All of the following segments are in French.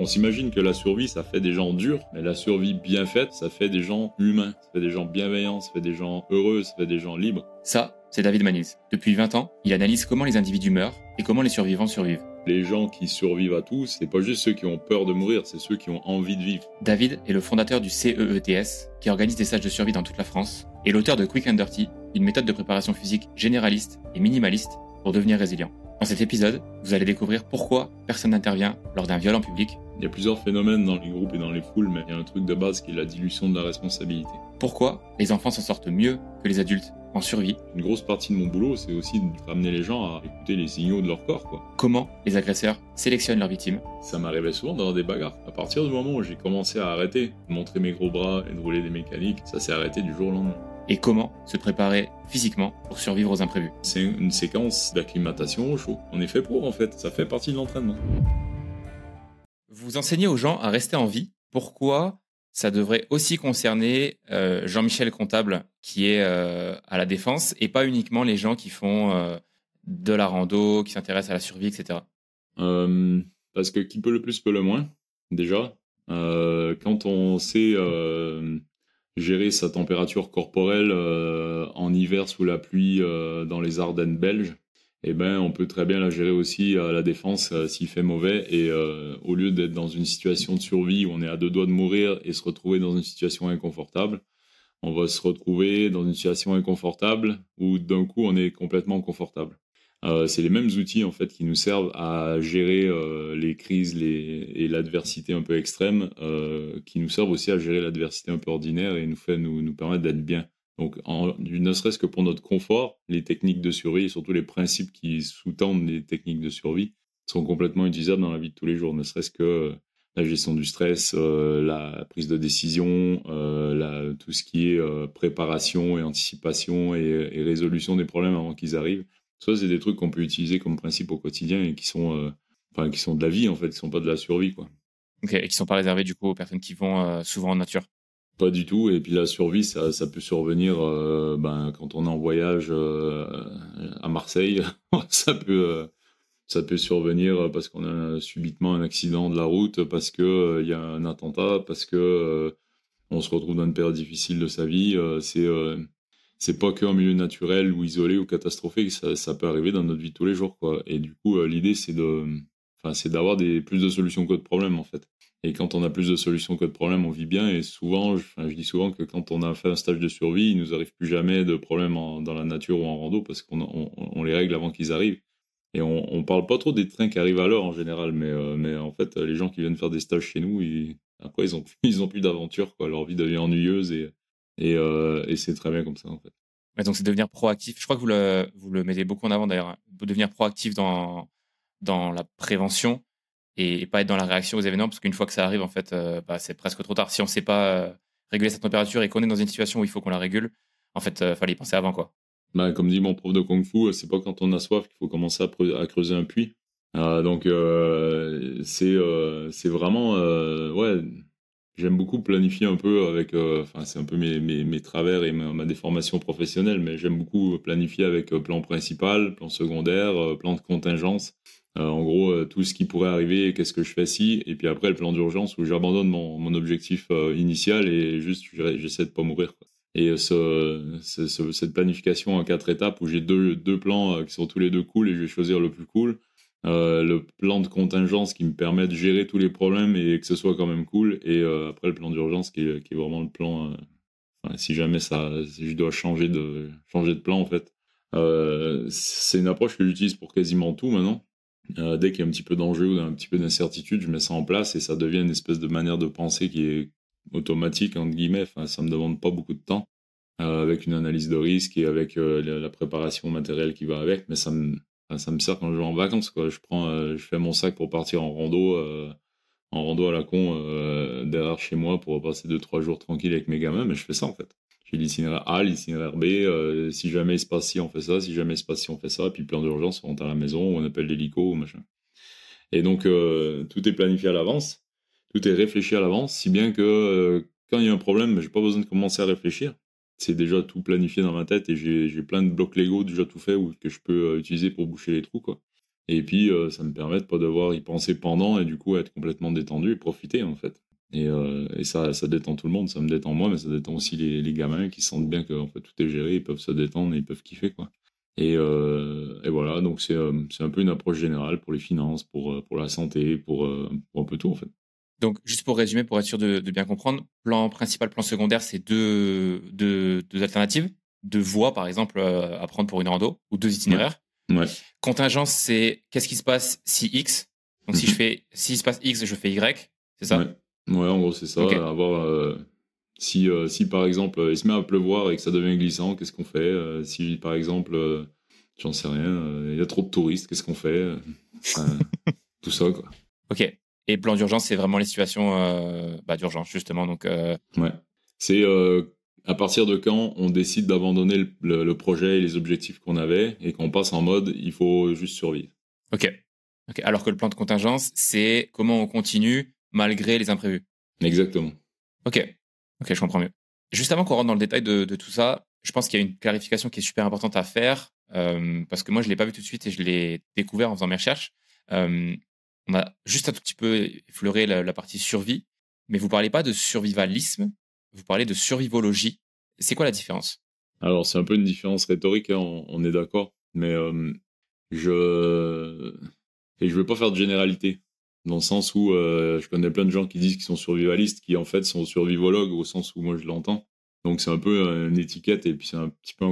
On s'imagine que la survie, ça fait des gens durs, mais la survie bien faite, ça fait des gens humains, ça fait des gens bienveillants, ça fait des gens heureux, ça fait des gens libres. Ça, c'est David Maniz. Depuis 20 ans, il analyse comment les individus meurent et comment les survivants survivent. Les gens qui survivent à tout, c'est pas juste ceux qui ont peur de mourir, c'est ceux qui ont envie de vivre. David est le fondateur du CEETS, qui organise des stages de survie dans toute la France, et l'auteur de Quick and Dirty, une méthode de préparation physique généraliste et minimaliste pour devenir résilient. Dans cet épisode, vous allez découvrir pourquoi personne n'intervient lors d'un viol en public. Il y a plusieurs phénomènes dans les groupes et dans les foules, mais il y a un truc de base qui est la dilution de la responsabilité. Pourquoi les enfants s'en sortent mieux que les adultes en survie. Une grosse partie de mon boulot, c'est aussi de ramener les gens à écouter les signaux de leur corps, quoi. Comment les agresseurs sélectionnent leurs victimes. Ça m'arrivait souvent d'avoir des bagarres. À partir du moment où j'ai commencé à arrêter de montrer mes gros bras et de rouler des mécaniques, ça s'est arrêté du jour au lendemain. Et comment se préparer physiquement pour survivre aux imprévus. C'est une séquence d'acclimatation au chaud. On est fait pour, en fait. Ça fait partie de l'entraînement. Vous enseignez aux gens à rester en vie. Pourquoi ça devrait aussi concerner Jean-Michel Comptable, qui est à la Défense, et pas uniquement les gens qui font de la rando, qui s'intéressent à la survie, etc. Parce que qui peut le plus peut le moins, déjà. Quand on sait gérer sa température corporelle en hiver sous la pluie dans les Ardennes belges, eh ben, on peut très bien la gérer aussi à la Défense s'il fait mauvais. Et au lieu d'être dans une situation de survie où on est à deux doigts de mourir et se retrouver dans une situation inconfortable, on va se retrouver dans une situation inconfortable où d'un coup on est complètement confortable. C'est les mêmes outils en fait qui nous servent à gérer les crises et l'adversité un peu extrême, qui nous servent aussi à gérer l'adversité un peu ordinaire et nous permettre d'être bien. Donc, ne serait-ce que pour notre confort, les techniques de survie et surtout les principes qui sous-tendent les techniques de survie sont complètement utilisables dans la vie de tous les jours. Ne serait-ce que la gestion du stress, la prise de décision, tout ce qui est préparation et anticipation et résolution des problèmes avant qu'ils arrivent. Ça, c'est des trucs qu'on peut utiliser comme principe au quotidien et qui sont de la vie, en fait, qui sont pas de la survie, quoi. Okay, et qui sont pas réservés, du coup, aux personnes qui vont souvent en nature. Pas du tout. Et puis la survie, ça peut survenir quand on est en voyage à Marseille. ça peut survenir parce qu'on a subitement un accident de la route, parce que y a un attentat, parce que on se retrouve dans une période difficile de sa vie. C'est pas qu'en milieu naturel ou isolé ou catastrophé, ça peut arriver dans notre vie de tous les jours, quoi. Et du coup, l'idée, c'est d'avoir plus de solutions que de problèmes, en fait. Et quand on a plus de solutions que de problèmes, on vit bien. Et souvent, je dis souvent que quand on a fait un stage de survie, il nous arrive plus jamais de problèmes dans la nature ou en rando parce qu'on les règle avant qu'ils arrivent. Et on parle pas trop des trains qui arrivent à l'heure en général, mais en fait, les gens qui viennent faire des stages chez nous, après, ils ont plus d'aventure, quoi. Leur vie devient ennuyeuse et c'est très bien comme ça, en fait. Ouais, donc, c'est devenir proactif. Je crois que vous le mettez beaucoup en avant, d'ailleurs. Hein. Devenir proactif dans la prévention et pas être dans la réaction aux événements, parce qu'une fois que ça arrive, en fait, c'est presque trop tard. Si on ne sait pas réguler sa température et qu'on est dans une situation où il faut qu'on la régule, en fait, fallait y penser avant, quoi. Comme dit mon prof de Kung Fu, c'est pas quand on a soif qu'il faut commencer à creuser un puits. Donc, c'est vraiment... ouais, j'aime beaucoup planifier un peu avec... c'est un peu mes travers et ma déformation professionnelle, mais j'aime beaucoup planifier avec plan principal, plan secondaire, plan de contingence. En gros, tout ce qui pourrait arriver, qu'est-ce que je fais si, et puis après le plan d'urgence où j'abandonne mon objectif initial et juste j'essaie de pas mourir, quoi. Et cette planification en 4 étapes où j'ai deux plans qui sont tous les deux cool et je vais choisir le plus cool. Le plan de contingence qui me permet de gérer tous les problèmes et que ce soit quand même cool. Et après le plan d'urgence qui est vraiment le plan... si jamais si je dois changer de plan, en fait. C'est une approche que j'utilise pour quasiment tout maintenant. Dès qu'il y a un petit peu d'enjeu ou un petit peu d'incertitude, je mets ça en place et ça devient une espèce de manière de penser qui est automatique, entre guillemets. Ça me demande pas beaucoup de temps, avec une analyse de risque et avec la préparation matérielle qui va avec, mais ça me sert quand je vais en vacances, quoi. Je fais mon sac pour partir en rando à la con derrière chez moi pour passer 2-3 jours tranquille avec mes gamins, mais je fais ça, en fait. J'ai l'itinéraire A, l'itinéraire B, si jamais il se passe ci, on fait ça, si jamais il se passe ci, on fait ça, et puis plan d'urgence, on rentre à la maison, on appelle l'hélico, ou machin. Et donc, tout est planifié à l'avance, tout est réfléchi à l'avance, si bien que quand il y a un problème, j'ai pas besoin de commencer à réfléchir. C'est déjà tout planifié dans ma tête et j'ai plein de blocs Lego déjà tout fait que je peux utiliser pour boucher les trous, quoi. Et puis, ça me permet de pas devoir y penser pendant et du coup être complètement détendu et profiter, en fait. Et ça détend tout le monde. Ça me détend moi, mais ça détend aussi les gamins qui sentent bien que en fait, tout est géré, ils peuvent se détendre et ils peuvent kiffer, quoi. Et voilà, donc c'est un peu une approche générale pour les finances, pour la santé, pour un peu tout, en fait. Donc, juste pour résumer, pour être sûr de bien comprendre, plan principal, plan secondaire, c'est deux alternatives. Deux voies, par exemple, à prendre pour une rando, ou deux Ouais, itinéraires. ouais. Contingence, c'est qu'est-ce qui se passe si X. Donc, Mhm. si se passe X, je fais Y. C'est Ouais, ça? ouais, en gros, c'est ça. Ok. Si par exemple, il se met à pleuvoir et que ça devient glissant, qu'est-ce qu'on fait? Si par exemple, j'en sais rien, il y a trop de touristes, qu'est-ce qu'on fait? Enfin, tout ça, quoi. Ok. Et plan d'urgence, c'est vraiment les situations d'urgence, justement. Donc, Ouais. C'est à partir de quand on décide d'abandonner le projet et les objectifs qu'on avait et qu'on passe en mode il faut juste survivre. ok. Ok. Alors que le plan de contingence, c'est comment on continue malgré les imprévus. Exactement. Ok. Ok, je comprends mieux. Juste avant qu'on rentre dans le détail de tout ça, je pense qu'il y a une clarification qui est super importante à faire, parce que moi, je l'ai pas vu tout de suite et je l'ai découvert en faisant mes recherches. Euh, on a juste un tout petit peu effleuré la partie survie, mais vous parlez pas de survivalisme, vous parlez de survivologie. C'est quoi la différence? Alors, c'est un peu une différence rhétorique, hein, on est d'accord, mais je et je veux pas faire de généralité, dans le sens où je connais plein de gens qui disent qu'ils sont survivalistes, qui en fait sont survivologues au sens où moi je l'entends. Donc c'est un peu une étiquette et puis c'est un petit peu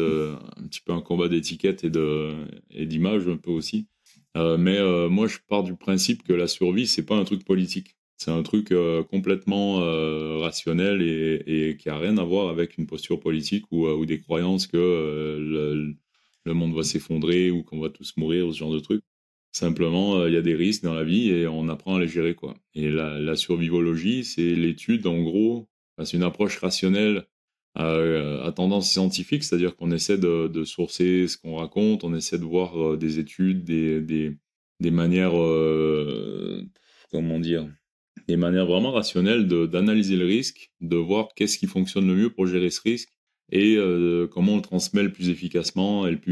un combat d'étiquette et d'image un peu aussi. Mais moi je pars du principe que la survie c'est pas un truc politique. C'est un truc complètement rationnel et qui a rien à voir avec une posture politique ou des croyances que le monde va s'effondrer ou qu'on va tous mourir, ou ce genre de truc. Simplement, il y a des risques dans la vie et on apprend à les gérer, quoi. Et la survivologie, c'est l'étude, en gros, enfin, c'est une approche rationnelle à tendance scientifique, c'est-à-dire qu'on essaie de sourcer ce qu'on raconte, on essaie de voir des études, des manières, comment dire, des manières vraiment rationnelles d'analyser le risque, de voir qu'est-ce qui fonctionne le mieux pour gérer ce risque et comment on le transmet le plus efficacement et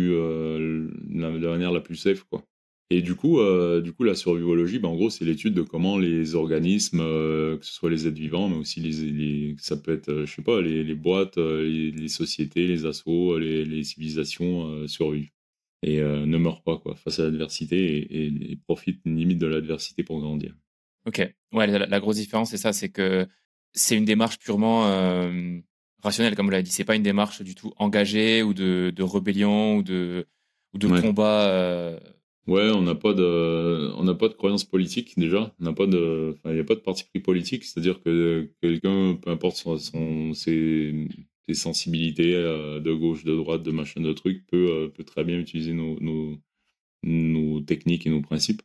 la manière la plus safe, quoi. Et du coup, la survivologie, ben, en gros, c'est l'étude de comment les organismes, que ce soit les êtres vivants, mais aussi ça peut être, je sais pas, les boîtes, les sociétés, les assos, les civilisations survivent et ne meurent pas, quoi, face à l'adversité et profitent limite de l'adversité pour grandir. Ok. Ouais, la grosse différence, c'est ça, c'est que c'est une démarche purement rationnelle, comme vous l'avez dit. C'est pas une démarche du tout engagée ou de rébellion ou de Ouais. combat. Ouais, on n'a pas de croyance politique déjà. Il n'y a pas de parti pris politique. C'est-à-dire que quelqu'un, peu importe ses sensibilités de gauche, de droite, de machin, de truc, peut très bien utiliser nos techniques et nos principes.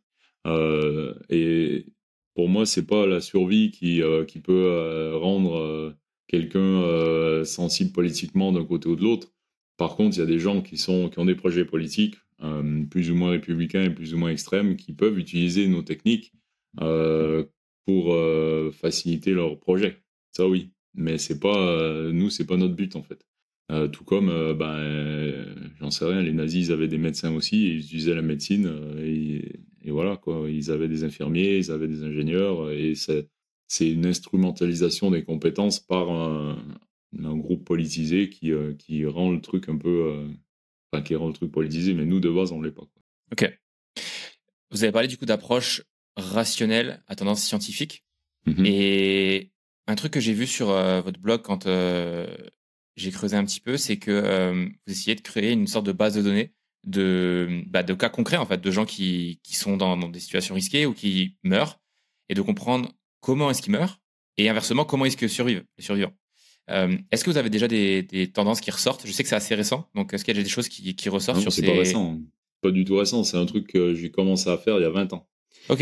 Et pour moi, c'est pas la survie qui peut rendre quelqu'un sensible politiquement d'un côté ou de l'autre. Par contre, il y a des gens qui ont des projets politiques plus ou moins républicains et plus ou moins extrêmes qui peuvent utiliser nos techniques euh, pour faciliter leur projet. Ça oui, mais c'est pas notre but en fait. Tout comme, j'en sais rien, les nazis, ils avaient des médecins aussi, et ils utilisaient la médecine, et voilà, quoi. Ils avaient des infirmiers, ils avaient des ingénieurs, et c'est une instrumentalisation des compétences par un groupe politisé qui rend le truc un peu, enfin, qui rend le truc politisé, mais nous, de base, on l'est pas, quoi. Ok. Vous avez parlé du coup d'approche rationnelle à tendance scientifique. Mhm. Et un truc que j'ai vu sur votre blog quand j'ai creusé un petit peu, c'est que vous essayez de créer une sorte de base de données de cas concrets, en fait, de gens qui sont dans des situations risquées ou qui meurent, et de comprendre comment est-ce qu'ils meurent, et inversement, comment est-ce que survivent les survivants. Est-ce que vous avez déjà des tendances qui ressortent? Je sais que c'est assez récent, donc est-ce qu'il y a des choses qui ressortent Non, sur c'est pas ces... récent, hein. Pas du tout récent, c'est un truc que j'ai commencé à faire il y a 20 ans. Ok,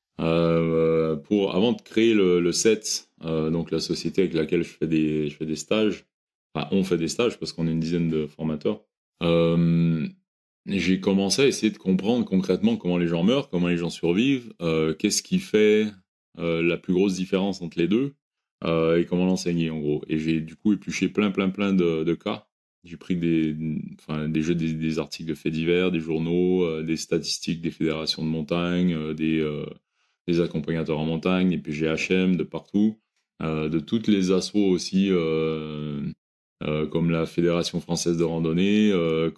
Avant de créer le set, donc la société avec laquelle je fais des stages, enfin on fait des stages parce qu'on est une dizaine de formateurs, euh, j'ai commencé à essayer de comprendre concrètement comment les gens meurent, comment les gens survivent, qu'est-ce qui fait la plus grosse différence entre les deux, et comment l'enseigner en gros. Et j'ai du coup épluché plein plein plein de cas. J'ai pris des articles de faits divers, des journaux, des statistiques des fédérations de montagne, des accompagnateurs en montagne, des PGHM de partout, de toutes les assos aussi, comme la Fédération française de randonnée,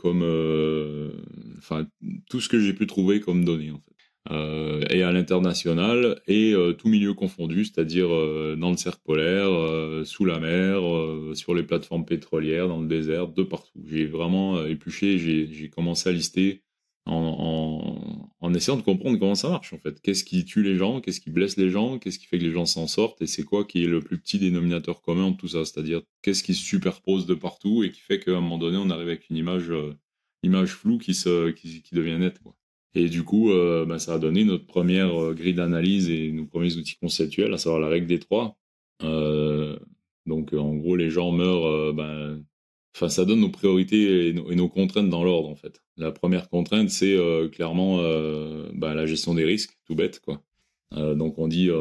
enfin tout ce que j'ai pu trouver comme données en fait. Et à l'international, et tout milieu confondu, c'est-à-dire dans le cercle polaire, sous la mer, sur les plateformes pétrolières, dans le désert, de partout. J'ai vraiment épluché, j'ai commencé à lister en essayant de comprendre comment ça marche en fait. Qu'est-ce qui tue les gens, qu'est-ce qui blesse les gens, qu'est-ce qui fait que les gens s'en sortent, et c'est quoi qui est le plus petit dénominateur commun de tout ça, c'est-à-dire qu'est-ce qui se superpose de partout et qui fait qu'à un moment donné, on arrive avec une image floue qui devient nette, quoi. Et du coup, ça a donné notre première grille d'analyse et nos premiers outils conceptuels, à savoir la règle des trois. Donc, en gros, les gens meurent. Ça donne nos priorités et nos contraintes dans l'ordre, en fait. La première contrainte, c'est clairement la gestion des risques, tout bête, quoi. Donc, on dit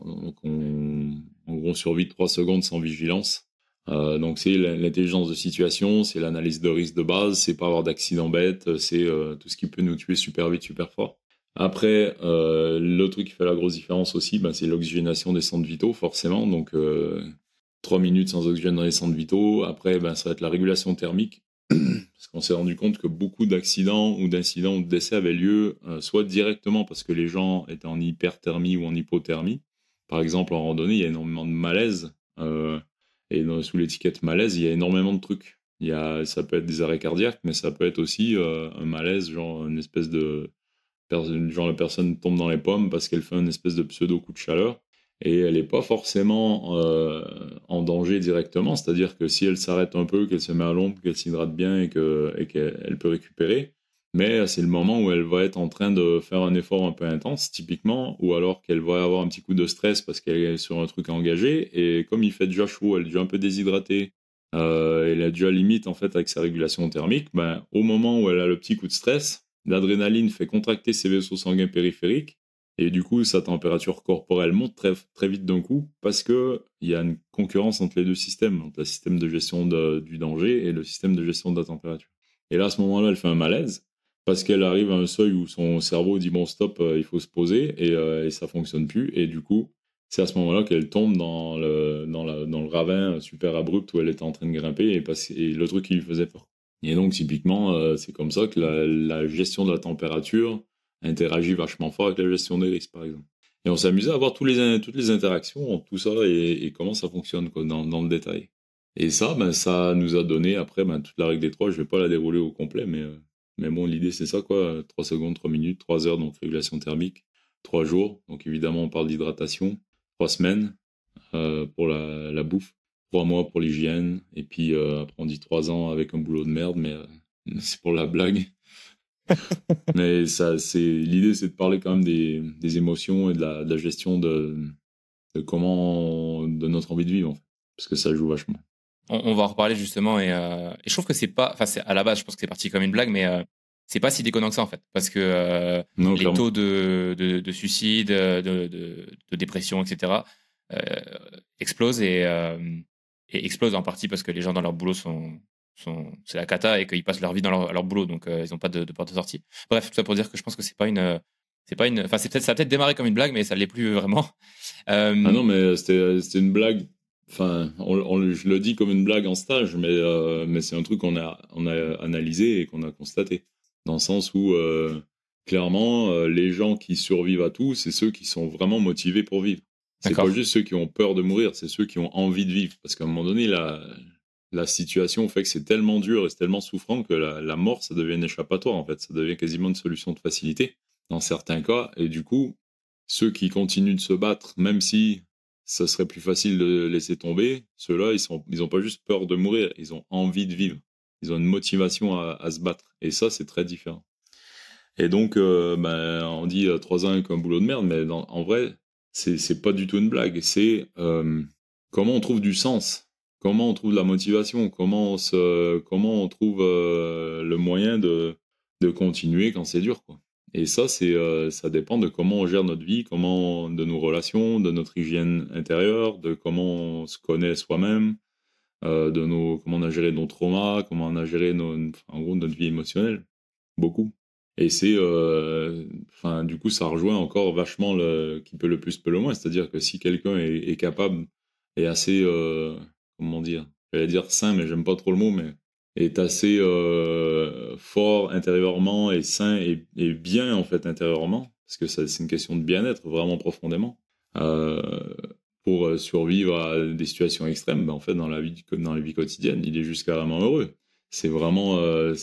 en gros, on survit 3 secondes sans vigilance. Donc c'est l'intelligence de situation, c'est l'analyse de risque de base, c'est pas avoir d'accident bête, c'est tout ce qui peut nous tuer super vite, super fort. Après, le truc qui fait la grosse différence aussi, c'est l'oxygénation des centres vitaux, forcément. Donc 3 minutes sans oxygène dans les centres vitaux. Après, ça va être la régulation thermique, parce qu'on s'est rendu compte que beaucoup d'accidents ou d'incidents ou de décès avaient lieu soit directement parce que les gens étaient en hyperthermie ou en hypothermie. Par exemple, en randonnée, il y a énormément de malaise. Et sous l'étiquette malaise, il y a énormément de trucs. Ça peut être des arrêts cardiaques, mais ça peut être aussi un malaise, genre une espèce de... Genre la personne tombe dans les pommes parce qu'elle fait une espèce de pseudo coup de chaleur. Et elle n'est pas forcément en danger directement. C'est-à-dire que si elle s'arrête un peu, qu'elle se met à l'ombre, qu'elle s'hydrate bien et qu'elle peut récupérer, mais c'est le moment où elle va être en train de faire un effort un peu intense, typiquement, ou alors qu'elle va avoir un petit coup de stress parce qu'elle est sur un truc engagé, et comme il fait déjà chaud, elle est déjà un peu déshydratée, elle est déjà limite en fait avec sa régulation thermique, au moment où elle a le petit coup de stress, l'adrénaline fait contracter ses vaisseaux sanguins périphériques, et du coup sa température corporelle monte très, très vite d'un coup, parce qu'il y a une concurrence entre les deux systèmes, entre le système de gestion du danger et le système de gestion de la température. Et là, à ce moment-là, elle fait un malaise, parce qu'elle arrive à un seuil où son cerveau dit bon stop, il faut se poser, et ça fonctionne plus, et du coup c'est à ce moment-là qu'elle tombe dans le ravin super abrupt où elle était en train de grimper, et le truc qui lui faisait peur. Et donc typiquement c'est comme ça que la gestion de la température interagit vachement fort avec la gestion des risques, par exemple. Et on s'amusait à voir toutes les interactions entre tout ça, et comment ça fonctionne, quoi, dans le détail. Et ça, ça nous a donné après toute la règle des trois. Je vais pas la dérouler au complet, mais bon, l'idée, c'est ça, quoi. 3 secondes, 3 minutes, 3 heures, donc régulation thermique. 3 jours, donc évidemment, on parle d'hydratation. 3 semaines pour la bouffe. 3 mois pour l'hygiène. Et puis, après, on dit 3 ans avec un boulot de merde, mais c'est pour la blague. Mais l'idée, c'est de parler quand même des émotions et de la gestion de notre envie de vivre, en fait. Parce que ça joue vachement. On va en reparler justement, et je trouve que c'est pas, enfin c'est à la base, je pense que c'est parti comme une blague, mais c'est pas si déconnant que ça en fait, parce que Non, les clairement. taux de suicide, de dépression, etc. Explosent, et explosent en partie parce que les gens dans leur boulot c'est la cata, et qu'ils passent leur vie dans leur boulot, donc ils n'ont pas de porte de sortie. Bref, tout ça pour dire que je pense que c'est pas une, enfin ça a peut-être démarré comme une blague, mais ça l'est plus vraiment. Ah non, mais c'était une blague. Enfin, je le dis comme une blague en stage, mais c'est un truc qu'on a analysé et qu'on a constaté. Dans le sens où, clairement, les gens qui survivent à tout, c'est ceux qui sont vraiment motivés pour vivre. C'est D'accord. pas juste ceux qui ont peur de mourir, c'est ceux qui ont envie de vivre. Parce qu'à un moment donné, la situation fait que c'est tellement dur et c'est tellement souffrant que la mort, ça devient un échappatoire, en fait. Ça devient quasiment une solution de facilité, dans certains cas. Et du coup, ceux qui continuent de se battre, même si ça serait plus facile de laisser tomber, ceux-là, ils ont pas juste peur de mourir, ils ont envie de vivre. Ils ont une motivation à se battre. Et ça, c'est très différent. Et donc, on dit 3 ans avec un boulot de merde, mais en vrai, c'est pas du tout une blague. C'est comment on trouve du sens, comment on trouve de la motivation, comment on trouve le moyen de continuer quand c'est dur, quoi. Et ça, ça dépend de comment on gère notre vie, de nos relations, de notre hygiène intérieure, de comment on se connaît soi-même, comment on a géré nos traumas, comment on a géré en gros, notre vie émotionnelle. Beaucoup. Et du coup, ça rejoint encore vachement qui peut le plus, peut le moins. C'est-à-dire que si quelqu'un est capable, est assez, comment dire, j'allais dire sain, mais j'aime pas trop le mot, mais est assez fort intérieurement et sain et bien, en fait, intérieurement, parce que c'est une question de bien-être, vraiment profondément, euh, pour survivre à des situations extrêmes, ben, en fait, dans la vie quotidienne, il est juste carrément heureux. C'est vraiment,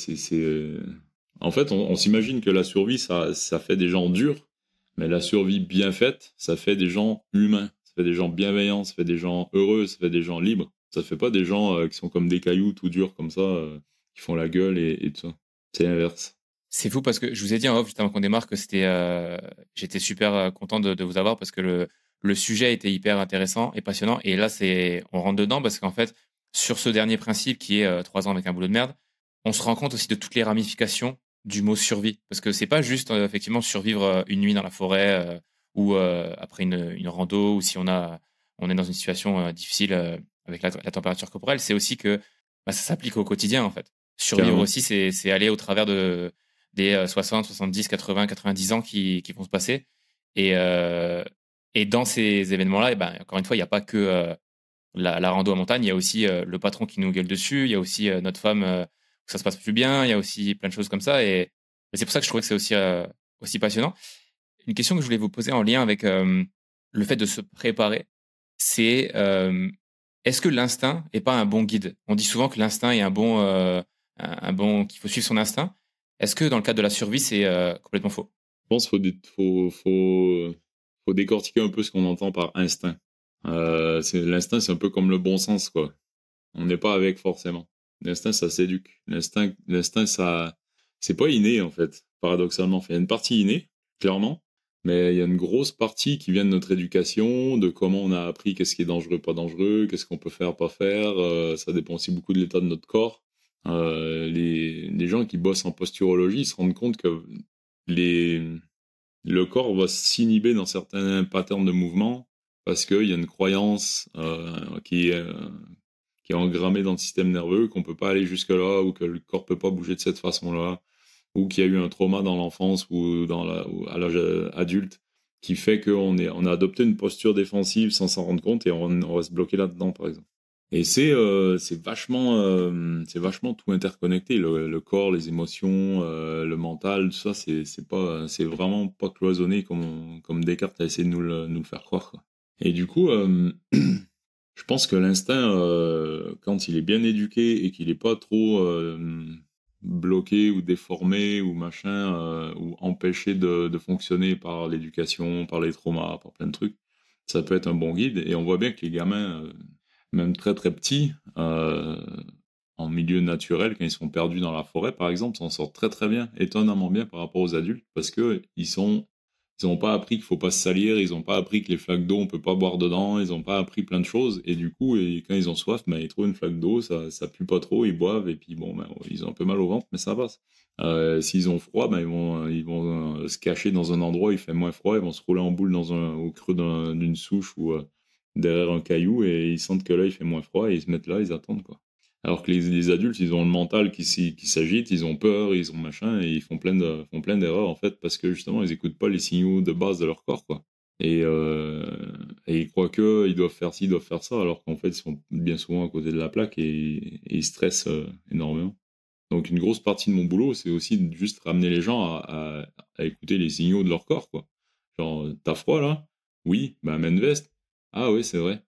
en fait, on s'imagine que la survie, ça fait des gens durs, mais la survie bien faite, ça fait des gens humains, ça fait des gens bienveillants, ça fait des gens heureux, ça fait des gens libres. Ça fait pas des gens qui sont comme des cailloux tout durs comme ça, qui font la gueule et tout ça. C'est l'inverse. C'est fou parce que je vous ai dit en off juste avant qu'on démarre que j'étais super content de vous avoir parce que le sujet était hyper intéressant et passionnant. Et là, on rentre dedans parce qu'en fait, sur ce dernier principe qui est 3 ans avec un boulot de merde, on se rend compte aussi de toutes les ramifications du mot survie. Parce que c'est pas juste effectivement survivre une nuit dans la forêt ou après une rando ou si on est dans une situation difficile avec la température corporelle. C'est aussi que bah, ça s'applique au quotidien en fait. Survivre Carrément. aussi, c'est aller au travers des 60, 70, 80, 90 ans qui vont se passer. Et, euh, et dans ces événements-là, et ben, encore une fois, il n'y a pas que la rando en montagne, il y a aussi le patron qui nous gueule dessus, il y a aussi notre femme où ça se passe plus bien, il y a aussi plein de choses comme ça. Et c'est pour ça que je trouvais que c'est aussi passionnant. Une question que je voulais vous poser en lien avec le fait de se préparer, c'est est-ce que l'instinct est pas un bon guide? On dit souvent que l'instinct est un bon, qu'il faut suivre son instinct. Est-ce que dans le cadre de la survie, c'est complètement faux? Je pense qu'il faut décortiquer un peu ce qu'on entend par instinct. L'instinct, c'est un peu comme le bon sens, quoi. On n'est pas avec forcément. L'instinct, ça s'éduque. L'instinct, c'est pas inné en fait. Paradoxalement, il y a une partie innée, clairement, mais il y a une grosse partie qui vient de notre éducation, de comment on a appris qu'est-ce qui est dangereux, pas dangereux, qu'est-ce qu'on peut faire, pas faire. Ça dépend aussi beaucoup de l'état de notre corps. Les gens qui bossent en posturologie se rendent compte que les, le corps va s'inhiber dans certains patterns de mouvement parce qu'il y a une croyance qui est engrammé dans le système nerveux, qu'on peut pas aller jusque-là, ou que le corps peut pas bouger de cette façon-là, ou qu'il y a eu un trauma dans l'enfance ou à l'âge adulte, qui fait on a adopté une posture défensive sans s'en rendre compte et on va se bloquer là-dedans, par exemple. Et c'est vachement tout interconnecté, le corps, les émotions, le mental, tout ça, c'est vraiment pas cloisonné comme Descartes a essayé de nous le faire croire, quoi. Et du coup, je pense que l'instinct, quand il est bien éduqué et qu'il n'est pas trop bloqué ou déformé ou machin, ou empêché de fonctionner par l'éducation, par les traumas, par plein de trucs, ça peut être un bon guide. Et on voit bien que les gamins, même très très petits, en milieu naturel, quand ils sont perdus dans la forêt, par exemple, s'en sortent très très bien, étonnamment bien par rapport aux adultes, parce que ils n'ont pas appris qu'il faut pas se salir, ils n'ont pas appris que les flaques d'eau, on peut pas boire dedans, ils n'ont pas appris plein de choses, et du coup, quand ils ont soif, ben, ils trouvent une flaque d'eau, ça pue pas trop, ils boivent, et puis bon, ben, ils ont un peu mal au ventre, mais ça passe. S'ils ont froid, ben, ils vont se cacher dans un endroit où il fait moins froid, ils vont se rouler en boule au creux d'une souche ou derrière un caillou, et ils sentent que là, il fait moins froid, et ils se mettent là, ils attendent, quoi. Alors que les adultes, ils ont le mental qui s'agite, ils ont peur, ils ont machin, et ils font plein d'erreurs, en fait, parce que justement, ils écoutent pas les signaux de base de leur corps, quoi. Et, euh, et ils croient qu'ils doivent faire ci, ils doivent faire ça, alors qu'en fait, ils sont bien souvent à côté de la plaque et ils stressent énormément. Donc, une grosse partie de mon boulot, c'est aussi de juste ramener les gens à écouter les signaux de leur corps, quoi. Genre, t'as froid, là? Oui, bah, mets une veste. Ah oui, c'est vrai.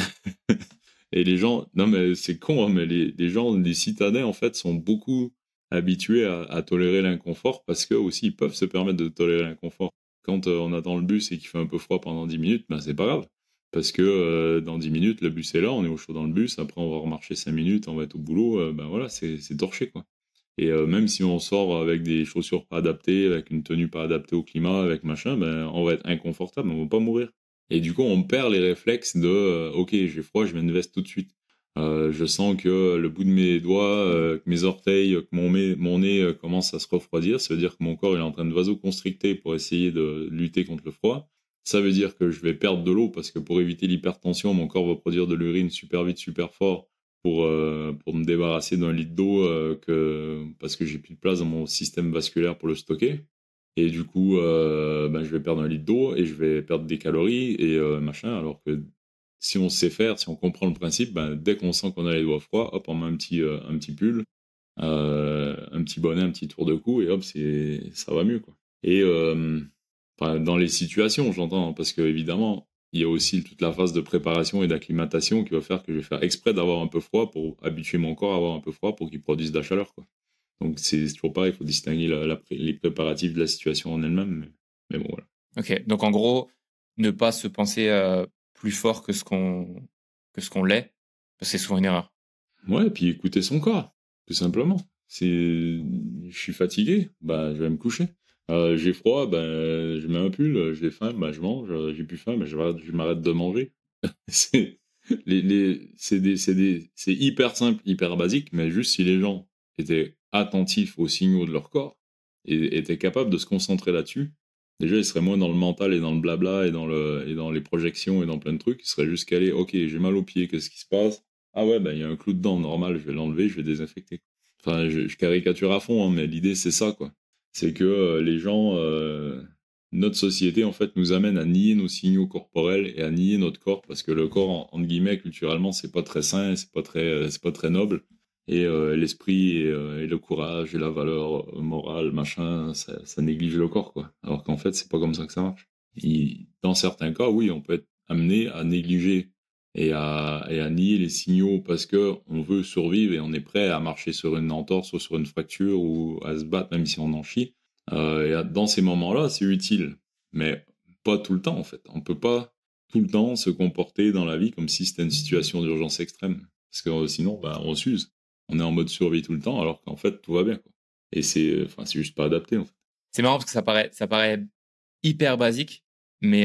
Et les gens, non mais c'est con, hein, mais les gens, les citadins en fait sont beaucoup habitués à tolérer l'inconfort parce que aussi ils peuvent se permettre de tolérer l'inconfort. Quand on attend le bus et qu'il fait un peu froid pendant 10 minutes, ben c'est pas grave. Parce que dans 10 minutes, le bus est là, on est au chaud dans le bus, après on va remarcher 5 minutes, on va être au boulot, ben voilà, c'est torché quoi. Et même si on sort avec des chaussures pas adaptées, avec une tenue pas adaptée au climat, avec machin, ben on va être inconfortable, mais on va pas mourir. Et du coup, on perd les réflexes de OK, j'ai froid, je mets une veste tout de suite. Je sens que le bout de mes doigts, que mes orteils, que mon nez commence à se refroidir. Ça veut dire que mon corps est en train de vasoconstricter pour essayer de lutter contre le froid. Ça veut dire que je vais perdre de l'eau parce que pour éviter l'hypertension, mon corps va produire de l'urine super vite, super fort pour me débarrasser d'un litre d'eau parce que j'ai plus de place dans mon système vasculaire pour le stocker. Et du coup, je vais perdre un litre d'eau et je vais perdre des calories et machin. Alors que si on sait faire, si on comprend le principe, dès qu'on sent qu'on a les doigts froids, hop, on met un petit pull, un petit bonnet, un petit tour de cou et hop, ça va mieux, quoi. Et dans les situations, j'entends, hein, parce que évidemment, il y a aussi toute la phase de préparation et d'acclimatation qui va faire que je vais faire exprès d'avoir un peu froid pour habituer mon corps à avoir un peu froid pour qu'il produise de la chaleur, quoi. Donc c'est toujours pareil, il faut distinguer les préparatifs de la situation en elle-même. Mais bon, voilà. Ok, donc en gros, ne pas se penser plus fort que ce qu'on l'est, parce que c'est souvent une erreur. Ouais, et puis écouter son corps, tout simplement. Je suis fatigué, je vais me coucher. J'ai froid, je mets un pull. J'ai faim, je mange. J'ai plus faim, je m'arrête de manger. c'est c'est hyper simple, hyper basique, mais juste si les gens étaient attentifs aux signaux de leur corps et étaient capables de se concentrer là-dessus, déjà ils seraient moins dans le mental et dans le blabla et dans les projections et dans plein de trucs. Ils seraient juste calés. Ok, j'ai mal aux pieds, qu'est-ce qui se passe? Ah ouais, il y a un clou dedans, normal, je vais l'enlever, je vais désinfecter. Enfin, je caricature à fond, hein, mais l'idée c'est ça, quoi. C'est que les gens, notre société en fait nous amène à nier nos signaux corporels et à nier notre corps parce que le corps, entre guillemets, culturellement, c'est pas très sain, c'est pas très noble. Et l'esprit et le courage et la valeur morale, machin, ça néglige le corps, quoi. Alors qu'en fait, c'est pas comme ça que ça marche. Dans certains cas, oui, on peut être amené à négliger et à nier les signaux parce que on veut survivre et on est prêt à marcher sur une entorse ou sur une fracture ou à se battre même si on en chie. Et dans ces moments-là, c'est utile, mais pas tout le temps en fait. On peut pas tout le temps se comporter dans la vie comme si c'était une situation d'urgence extrême, parce que sinon, on s'use. On est en mode survie tout le temps, alors qu'en fait, tout va bien, quoi. Et c'est juste pas adapté, en fait. C'est marrant parce que ça paraît hyper basique, mais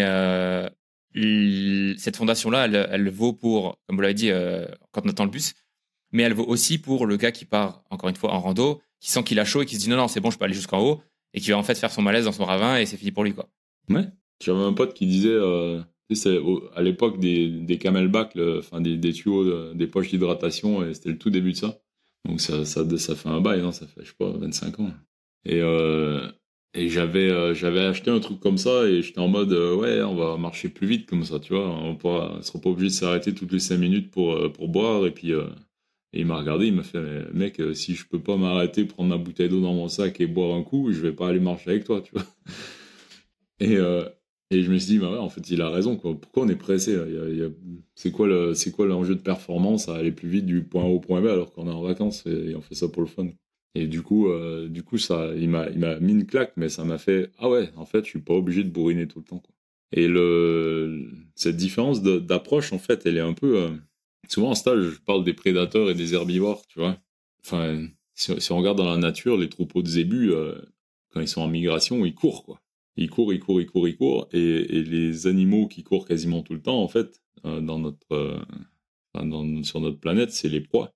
cette fondation-là, elle vaut pour, comme vous l'avez dit, quand on attend le bus, mais elle vaut aussi pour le gars qui part, encore une fois, en rando, qui sent qu'il a chaud et qui se dit non, c'est bon, je peux aller jusqu'en haut, et qui va en fait faire son malaise dans son ravin et c'est fini pour lui, quoi. Ouais. J'avais un pote qui disait, à l'époque des camelbacks, des tuyaux, des poches d'hydratation, et c'était le tout début de ça. Donc ça fait un bail, hein, ça fait, je sais pas, 25 ans. Et j'avais acheté un truc comme ça, et j'étais en mode, ouais, on va marcher plus vite comme ça, tu vois. On sera pas obligé de s'arrêter toutes les 5 minutes pour boire, et puis... Et il m'a regardé, il m'a fait, mec, si je peux pas m'arrêter, prendre ma bouteille d'eau dans mon sac et boire un coup, je vais pas aller marcher avec toi, tu vois. Et, et je me suis dit, ouais, en fait, il a raison, quoi. Pourquoi on est pressé, là? C'est quoi l'enjeu de performance à aller plus vite du point A au point B alors qu'on est en vacances et on fait ça pour le fun? Et du coup, ça, il m'a mis une claque, mais ça m'a fait, ah ouais, en fait, je suis pas obligé de bourriner tout le temps, quoi. Et cette différence d'approche, en fait, elle est un peu, souvent en stage, je parle des prédateurs et des herbivores, tu vois. Enfin, si on regarde dans la nature, les troupeaux de zébus, quand ils sont en migration, ils courent, quoi. Ils courent. Et les animaux qui courent quasiment tout le temps, en fait, sur notre planète, c'est les proies.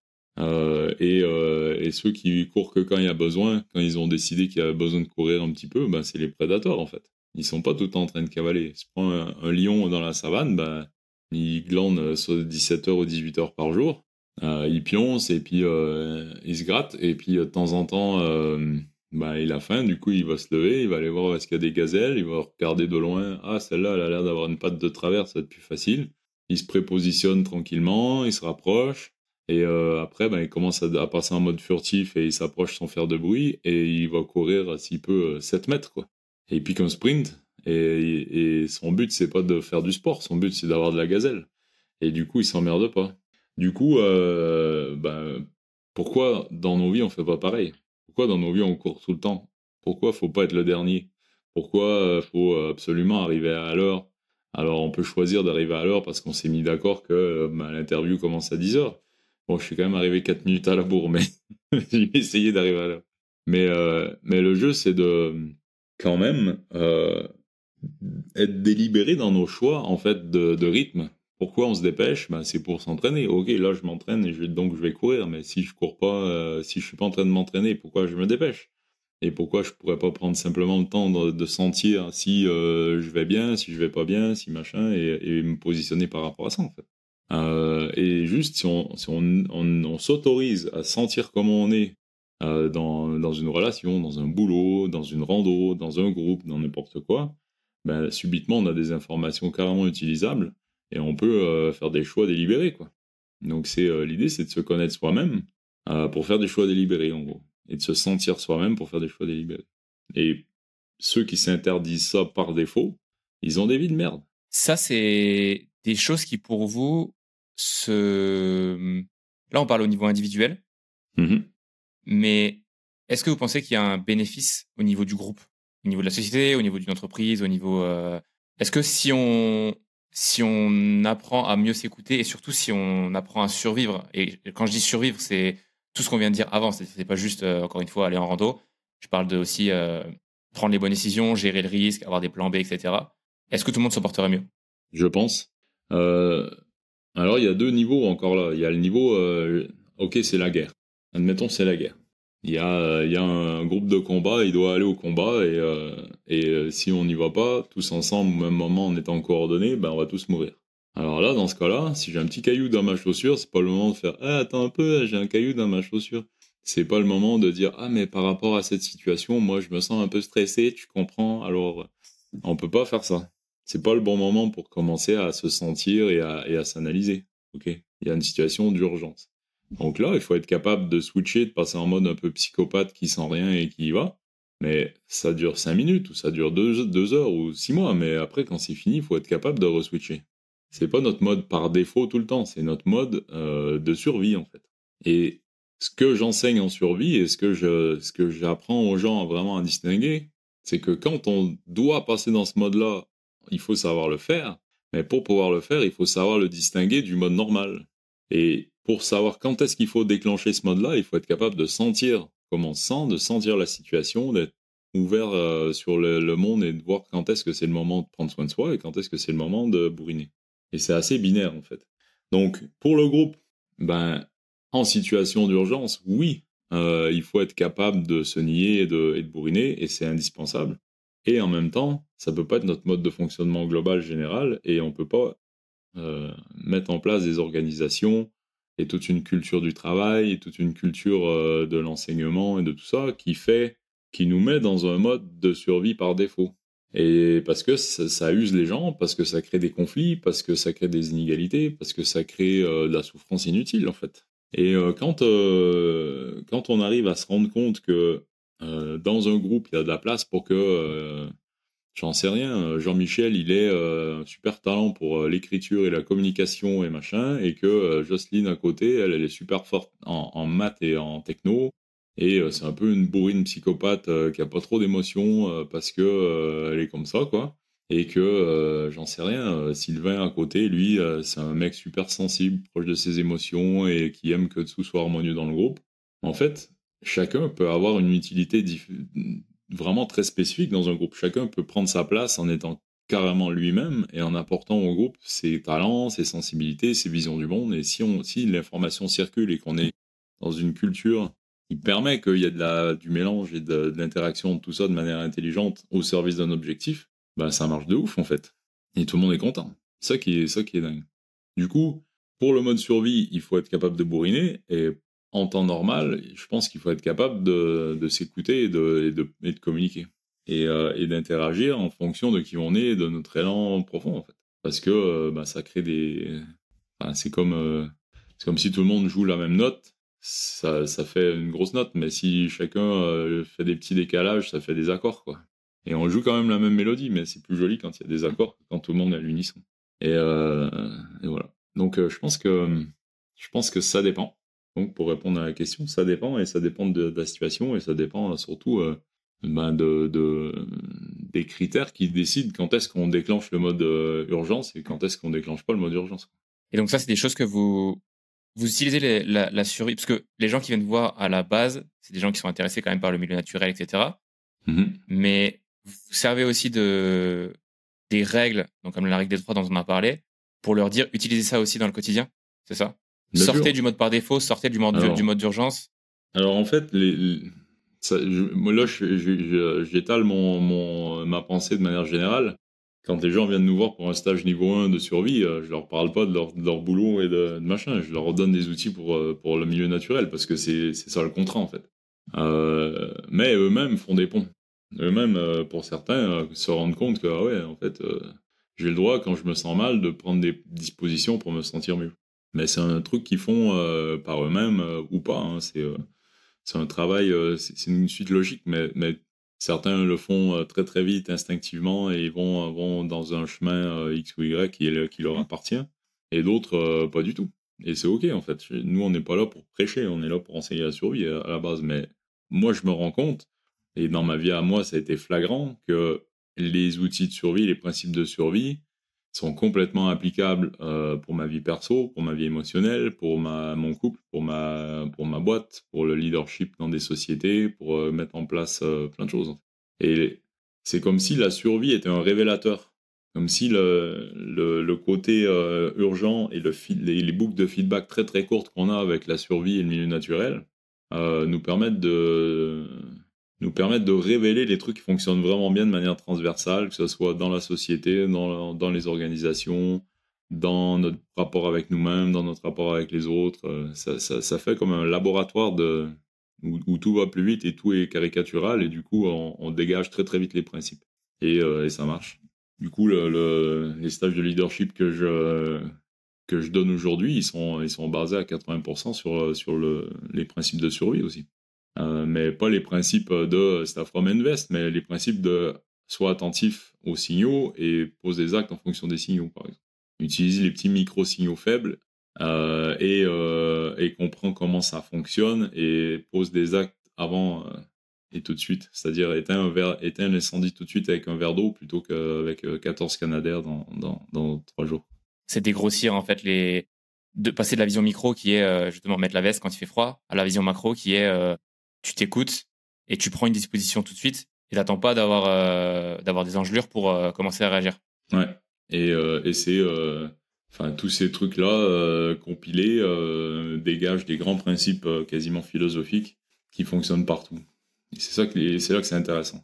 Et ceux qui courent que quand il y a besoin, quand ils ont décidé qu'il y a besoin de courir un petit peu, c'est les prédateurs, en fait. Ils sont pas tout le temps en train de cavaler. Si tu prends un lion dans la savane, il glande sur 17 heures ou 18 heures par jour. Il pionce et puis il se gratte. Et puis de temps en temps, il a faim. Du coup, il va se lever, il va aller voir est-ce qu'il y a des gazelles. Il va regarder de loin. Ah, celle-là, elle a l'air d'avoir une patte de travers, ça va être plus facile. Il se prépositionne tranquillement, il se rapproche. Et après, il commence à passer en mode furtif et il s'approche sans faire de bruit. Et il va courir, s'il peut, 7 mètres, quoi. Et il pique un sprint. Et son but, c'est pas de faire du sport, son but, c'est d'avoir de la gazelle. Et du coup, il s'emmerde pas. Du coup, pourquoi dans nos vies, on fait pas pareil? Pourquoi dans nos vies, on court tout le temps? Pourquoi faut pas être le dernier? Pourquoi faut absolument arriver à l'heure? Alors, on peut choisir d'arriver à l'heure parce qu'on s'est mis d'accord que l'interview commence à 10h. Bon, je suis quand même arrivé 4 minutes à la bourre, mais j'ai essayé d'arriver à l'heure. Mais le jeu, c'est de quand même être délibéré dans nos choix en fait de rythme. Pourquoi on se dépêche? C'est pour s'entraîner. Ok, là je m'entraîne et donc je vais courir, mais si je cours pas, si je suis pas en train de m'entraîner, pourquoi je me dépêche? Et pourquoi je pourrais pas prendre simplement le temps de sentir si je vais bien, si je vais pas bien, si machin, et me positionner par rapport à ça en fait. Et juste on s'autorise à sentir comment on est dans une relation, dans un boulot, dans une rando, dans un groupe, dans n'importe quoi, ben, subitement on a des informations carrément utilisables et on peut faire des choix délibérés, quoi. Donc l'idée, c'est de se connaître soi-même pour faire des choix délibérés, en gros, et de se sentir soi-même pour faire des choix délibérés. Et ceux qui s'interdisent ça par défaut, ils ont des vies de merde. Ça, c'est des choses qui, pour vous, Là, on parle au niveau individuel, mais est-ce que vous pensez qu'il y a un bénéfice au niveau du groupe, au niveau de la société, au niveau d'une entreprise, au niveau... Est-ce que si on apprend à mieux s'écouter et surtout si on apprend à survivre, et quand je dis survivre, c'est tout ce qu'on vient de dire avant, c'est pas juste, encore une fois, aller en rando, je parle de aussi prendre les bonnes décisions, gérer le risque, avoir des plans B, etc. Est-ce que tout le monde se porterait mieux? Je pense. Alors, il y a deux niveaux encore là. Il y a le niveau, ok, c'est la guerre. Admettons, c'est la guerre. Il y a un groupe de combat, il doit aller au combat, et si on n'y va pas, tous ensemble, au même moment, en étant coordonnés, ben, on va tous mourir. Alors là, dans ce cas-là, si j'ai un petit caillou dans ma chaussure, c'est pas le moment de faire « Ah, attends un peu, j'ai un caillou dans ma chaussure ». C'est pas le moment de dire « Ah, mais par rapport à cette situation, moi, je me sens un peu stressé, tu comprends ?» Alors, on peut pas faire ça. C'est pas le bon moment pour commencer à se sentir et à s'analyser. Ok, il y a une situation d'urgence. Donc là, il faut être capable de switcher, de passer en mode un peu psychopathe qui sent rien et qui y va. Mais ça dure 5 minutes, ou ça dure 2 heures, ou 6 mois. Mais après, quand c'est fini, il faut être capable de reswitcher. C'est pas notre mode par défaut tout le temps, c'est notre mode de survie, en fait. Et ce que j'enseigne en survie et ce que j'apprends aux gens vraiment à distinguer, c'est que quand on doit passer dans ce mode-là, il faut savoir le faire, mais pour pouvoir le faire, il faut savoir le distinguer du mode normal. Et pour savoir quand est-ce qu'il faut déclencher ce mode-là, il faut être capable de sentir comment on se sent, de sentir la situation, d'être ouvert sur le monde et de voir quand est-ce que c'est le moment de prendre soin de soi et quand est-ce que c'est le moment de bourriner. Et c'est assez binaire en fait. Donc pour le groupe, ben en situation d'urgence, oui, il faut être capable de se nier et de bourriner, et c'est indispensable. Et en même temps, ça peut pas être notre mode de fonctionnement global général, et on peut pas mettre en place des organisations et toute une culture du travail et toute une culture de l'enseignement et de tout ça qui nous met dans un mode de survie par défaut. Et parce que ça use les gens, parce que ça crée des conflits, parce que ça crée des inégalités, parce que ça crée de la souffrance inutile en fait. Et quand on arrive à se rendre compte que dans un groupe, il y a de la place pour que, j'en sais rien, Jean-Michel, il est un super talent pour l'écriture et la communication et machin, et que Jocelyne à côté, elle est super forte en maths et en techno, et c'est un peu une bourrine psychopathe qui a pas trop d'émotions parce que elle est comme ça, quoi. Et que, j'en sais rien, Sylvain à côté, lui, c'est un mec super sensible, proche de ses émotions et qui aime que tout soit harmonieux dans le groupe. En fait, chacun peut avoir une utilité vraiment très spécifique dans un groupe. Chacun peut prendre sa place en étant carrément lui-même et en apportant au groupe ses talents, ses sensibilités, ses visions du monde. Et si l'information circule et qu'on est dans une culture qui permet qu'il y ait du mélange et de l'interaction de tout ça de manière intelligente au service d'un objectif, bah ça marche de ouf en fait. Et tout le monde est content. Ça qui est dingue. Du coup, pour le mode survie, il faut être capable de bourriner, et en temps normal, je pense qu'il faut être capable de s'écouter et de communiquer. Et d'interagir en fonction de qui on est et de notre élan profond, en fait. Parce que ça crée des... Enfin, c'est comme si tout le monde joue la même note, ça fait une grosse note, mais si chacun fait des petits décalages, ça fait des accords, quoi. Et on joue quand même la même mélodie, mais c'est plus joli quand il y a des accords que quand tout le monde est à l'unisson. Et voilà. Donc je pense que ça dépend. Donc pour répondre à la question, ça dépend, et ça dépend de la situation, et ça dépend surtout des critères qui décident quand est-ce qu'on déclenche le mode urgence et quand est-ce qu'on déclenche pas le mode urgence. Et donc ça, c'est des choses que vous utilisez la survie, parce que les gens qui viennent voir à la base, c'est des gens qui sont intéressés quand même par le milieu naturel, etc. Mais vous servez aussi des règles, donc comme la règle des 3 dont on a parlé, pour leur dire utilisez ça aussi dans le quotidien, c'est ça? Bien sortez sûr. du mode par défaut, sortez du mode d'urgence. Alors en fait, moi là, j'étale ma pensée de manière générale. Quand les gens viennent nous voir pour un stage niveau 1 de survie, je leur parle pas de leur boulot et de machin. Je leur donne des outils pour le milieu naturel parce que c'est ça le contrat en fait. Mais eux-mêmes font des ponts. Eux-mêmes, pour certains, se rendent compte que ah ouais, en fait, j'ai le droit quand je me sens mal de prendre des dispositions pour me sentir mieux. Mais c'est un truc qu'ils font par eux-mêmes ou pas. Hein. C'est un travail, c'est une suite logique, mais certains le font très très vite, instinctivement, et ils vont dans un chemin X ou Y qui leur appartient, et d'autres pas du tout. Et c'est ok en fait. Nous, on n'est pas là pour prêcher, on est là pour enseigner la survie à la base. Mais moi, je me rends compte, et dans ma vie à moi, ça a été flagrant, que les outils de survie, les principes de survie, sont complètement applicables pour ma vie perso, pour ma vie émotionnelle, pour mon couple, pour ma boîte, pour le leadership dans des sociétés, pour mettre en place plein de choses. Et c'est comme si la survie était un révélateur, comme si le côté urgent et les boucles de feedback très très courtes qu'on a avec la survie et le milieu naturel nous permettent de révéler les trucs qui fonctionnent vraiment bien de manière transversale, que ce soit dans la société, dans les organisations, dans notre rapport avec nous-mêmes, dans notre rapport avec les autres. Ça fait comme un laboratoire où tout va plus vite et tout est caricatural, et du coup, on dégage très très vite les principes. Et ça marche. Du coup, les stages de leadership que je donne aujourd'hui, ils sont basés à 80% sur les principes de survie aussi. Mais pas les principes de Staff from Invest, mais les principes de sois attentif aux signaux et pose des actes en fonction des signaux, par exemple. Utilise les petits micro-signaux faibles et comprends comment ça fonctionne et pose des actes avant et tout de suite. C'est-à-dire éteins l'incendie tout de suite avec un verre d'eau plutôt qu'avec 14 Canadair dans 3 jours. C'est dégrossir en fait de passer de la vision micro qui est justement mettre la veste quand il fait froid à la vision macro qui est tu t'écoutes et tu prends une disposition tout de suite et t'attends pas d'avoir des engelures pour commencer à réagir. Ouais. Et c'est enfin tous ces trucs là compilés dégagent des grands principes quasiment philosophiques qui fonctionnent partout. Et c'est là que c'est intéressant.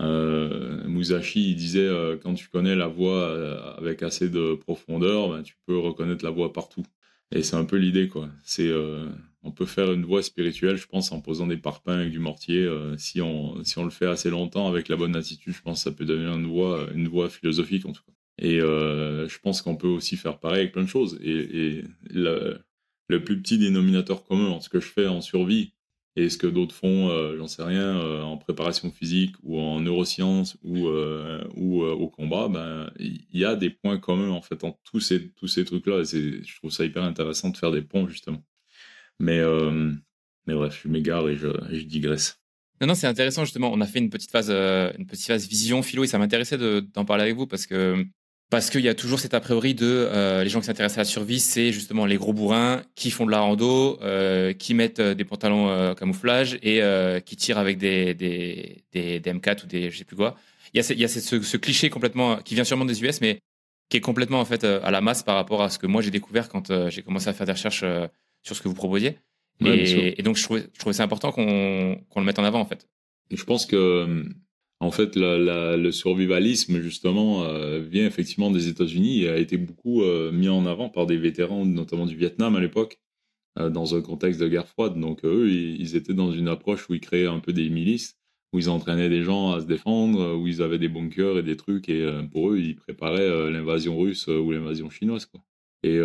Musashi il disait quand tu connais la voie avec assez de profondeur, ben, tu peux reconnaître la voie partout. Et c'est un peu l'idée quoi. On peut faire une voie spirituelle, je pense, en posant des parpaings avec du mortier. Si on le fait assez longtemps avec la bonne attitude, je pense que ça peut devenir une voie philosophique en tout cas. Et je pense qu'on peut aussi faire pareil avec plein de choses. Et le plus petit dénominateur commun entre ce que je fais en survie et ce que d'autres font, j'en sais rien, en préparation physique ou en neurosciences ou au combat, ben il y a des points communs en fait entre tous ces trucs-là. Et je trouve ça hyper intéressant de faire des ponts justement. Mais bref, je m'égare et je digresse. Non, c'est intéressant justement. On a fait une petite phase vision philo et ça m'intéressait d'en parler avec vous parce qu'il y a toujours cet a priori de les gens qui s'intéressent à la survie, c'est justement les gros bourrins qui font de la rando, qui mettent des pantalons camouflage et qui tirent avec des M4 ou des je sais plus quoi. Il y a ce cliché complètement qui vient sûrement des US, mais qui est complètement en fait à la masse par rapport à ce que moi j'ai découvert quand j'ai commencé à faire des recherches sur ce que vous proposiez. Ouais, Et donc je trouvais ça important qu'on le mette en avant en fait. Et je pense que en fait le survivalisme justement vient effectivement des États-Unis et a été beaucoup mis en avant par des vétérans, notamment du Vietnam à l'époque, dans un contexte de guerre froide. Donc eux, ils étaient dans une approche où ils créaient un peu des milices, où ils entraînaient des gens à se défendre, où ils avaient des bunkers et des trucs, et pour eux, ils préparaient l'invasion russe ou l'invasion chinoise, quoi. Et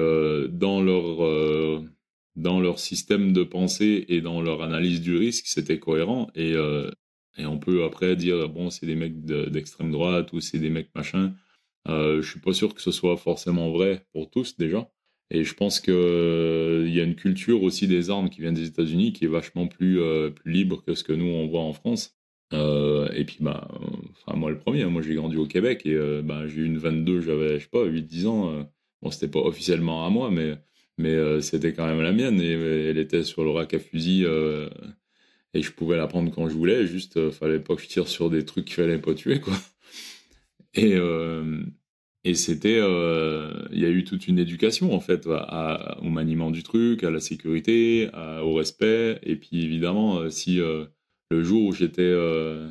dans leur système de pensée et dans leur analyse du risque, c'était cohérent. Et on peut après dire, bon, c'est des mecs d'extrême droite ou c'est des mecs machin. Je suis pas sûr que ce soit forcément vrai pour tous déjà. Et je pense que il y a une culture aussi des armes qui vient des États-Unis qui est vachement plus libre que ce que nous on voit en France. Et puis enfin moi le premier, moi j'ai grandi au Québec et j'ai eu une 22, j'avais je sais pas 8-10 ans. Bon c'était pas officiellement à moi, mais c'était quand même la mienne et elle était sur le rack à fusil et je pouvais la prendre quand je voulais. Juste fallait pas que je tire sur des trucs qu'il fallait pas tuer quoi. Et c'était, il y a eu toute une éducation en fait au maniement du truc, à la sécurité, au respect. Et puis évidemment, si le jour où j'étais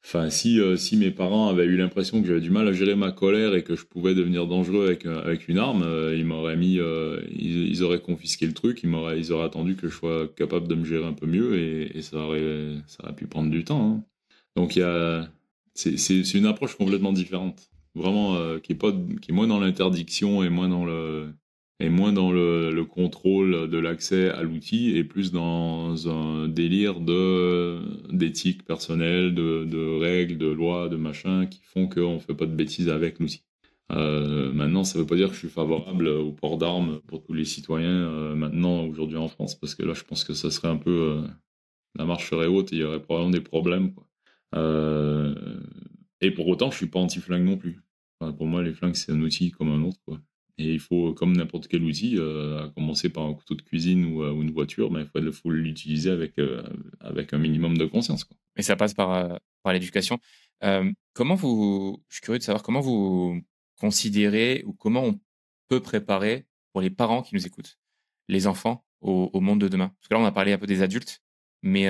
Enfin, si mes parents avaient eu l'impression que j'avais du mal à gérer ma colère et que je pouvais devenir dangereux avec une arme, ils m'auraient ils auraient confisqué le truc, ils auraient attendu que je sois capable de me gérer un peu mieux et ça aurait pu prendre du temps, hein. Donc c'est une approche complètement différente, vraiment qui est moins dans l'interdiction et moins dans le contrôle de l'accès à l'outil et plus dans un délire d'éthique personnelle, de règles, de lois, de machins qui font qu'on fait pas de bêtises avec l'outil. Maintenant, ça veut pas dire que je suis favorable au port d'armes pour tous les citoyens maintenant, aujourd'hui en France, parce que là, je pense que ça serait un peu la marche serait haute et il y aurait probablement des problèmes, quoi. Euh, et pour autant, je suis pas anti-flingue non plus. Enfin, pour moi, les flingues, c'est un outil comme un autre, quoi. Et il faut, comme n'importe quel outil, à commencer par un couteau de cuisine ou une voiture, ben, faut l'utiliser avec un minimum de conscience, quoi. Et ça passe par l'éducation. Je suis curieux de savoir comment vous considérez ou comment on peut préparer pour les parents qui nous écoutent, les enfants au monde de demain. Parce que là, on a parlé un peu des adultes, mais,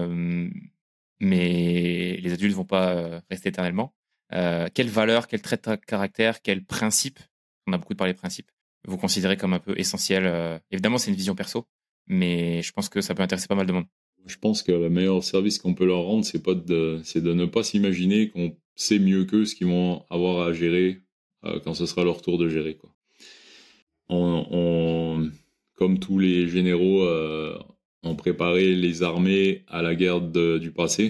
mais les adultes vont pas rester éternellement. Quelles valeurs, quels traits de caractère, quels principes, on a beaucoup parlé de principes, vous considérez comme un peu essentiels. Évidemment, c'est une vision perso, mais je pense que ça peut intéresser pas mal de monde. Je pense que le meilleur service qu'on peut leur rendre, c'est de ne pas s'imaginer qu'on sait mieux qu'eux ce qu'ils vont avoir à gérer quand ce sera leur tour de gérer, quoi. Comme tous les généraux ont préparé les armées à la guerre du passé,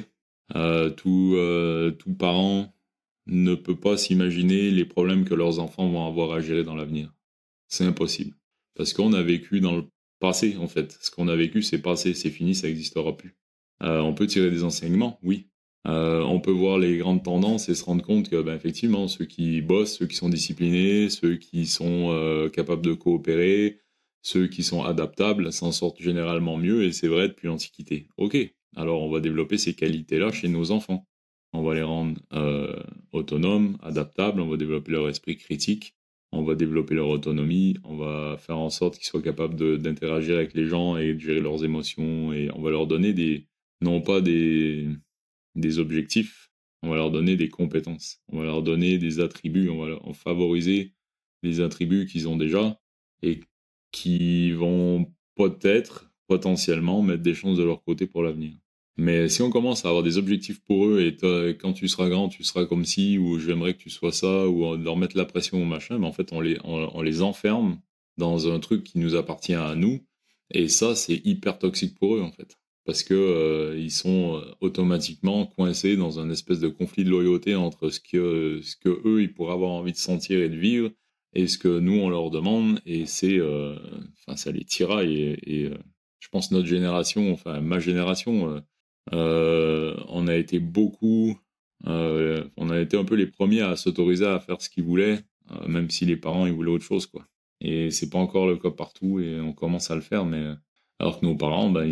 tout parent ne peut pas s'imaginer les problèmes que leurs enfants vont avoir à gérer dans l'avenir. C'est impossible. Parce qu'on a vécu dans le passé, en fait. Ce qu'on a vécu, c'est passé, c'est fini, ça n'existera plus. On peut tirer des enseignements, oui. On peut voir les grandes tendances et se rendre compte que, ben, effectivement, ceux qui bossent, ceux qui sont disciplinés, ceux qui sont capables de coopérer, ceux qui sont adaptables, s'en sortent généralement mieux, et c'est vrai depuis l'Antiquité. Ok, alors on va développer ces qualités-là chez nos enfants. On va les rendre autonomes, adaptables, on va développer leur esprit critique, on va développer leur autonomie, on va faire en sorte qu'ils soient capables d'interagir avec les gens et de gérer leurs émotions, et on va leur donner non pas des objectifs, on va leur donner des compétences, on va leur donner des attributs, on va leur favoriser les attributs qu'ils ont déjà et qui vont peut-être, potentiellement, mettre des chances de leur côté pour l'avenir. Mais si on commence à avoir des objectifs pour eux et quand tu seras grand, tu seras comme ci, ou j'aimerais que tu sois ça, ou leur mettre la pression ou machin, mais en fait, on les enferme dans un truc qui nous appartient à nous. Et ça, c'est hyper toxique pour eux, en fait. Parce que ils sont automatiquement coincés dans un espèce de conflit de loyauté entre ce que eux, ils pourraient avoir envie de sentir et de vivre, et ce que nous, on leur demande. Et ça les tiraille. Je pense notre génération, enfin ma génération, on a été on a été un peu les premiers à s'autoriser à faire ce qu'ils voulaient, même si les parents ils voulaient autre chose, quoi. Et c'est pas encore le cas partout, et on commence à le faire, mais alors que nos parents, ben,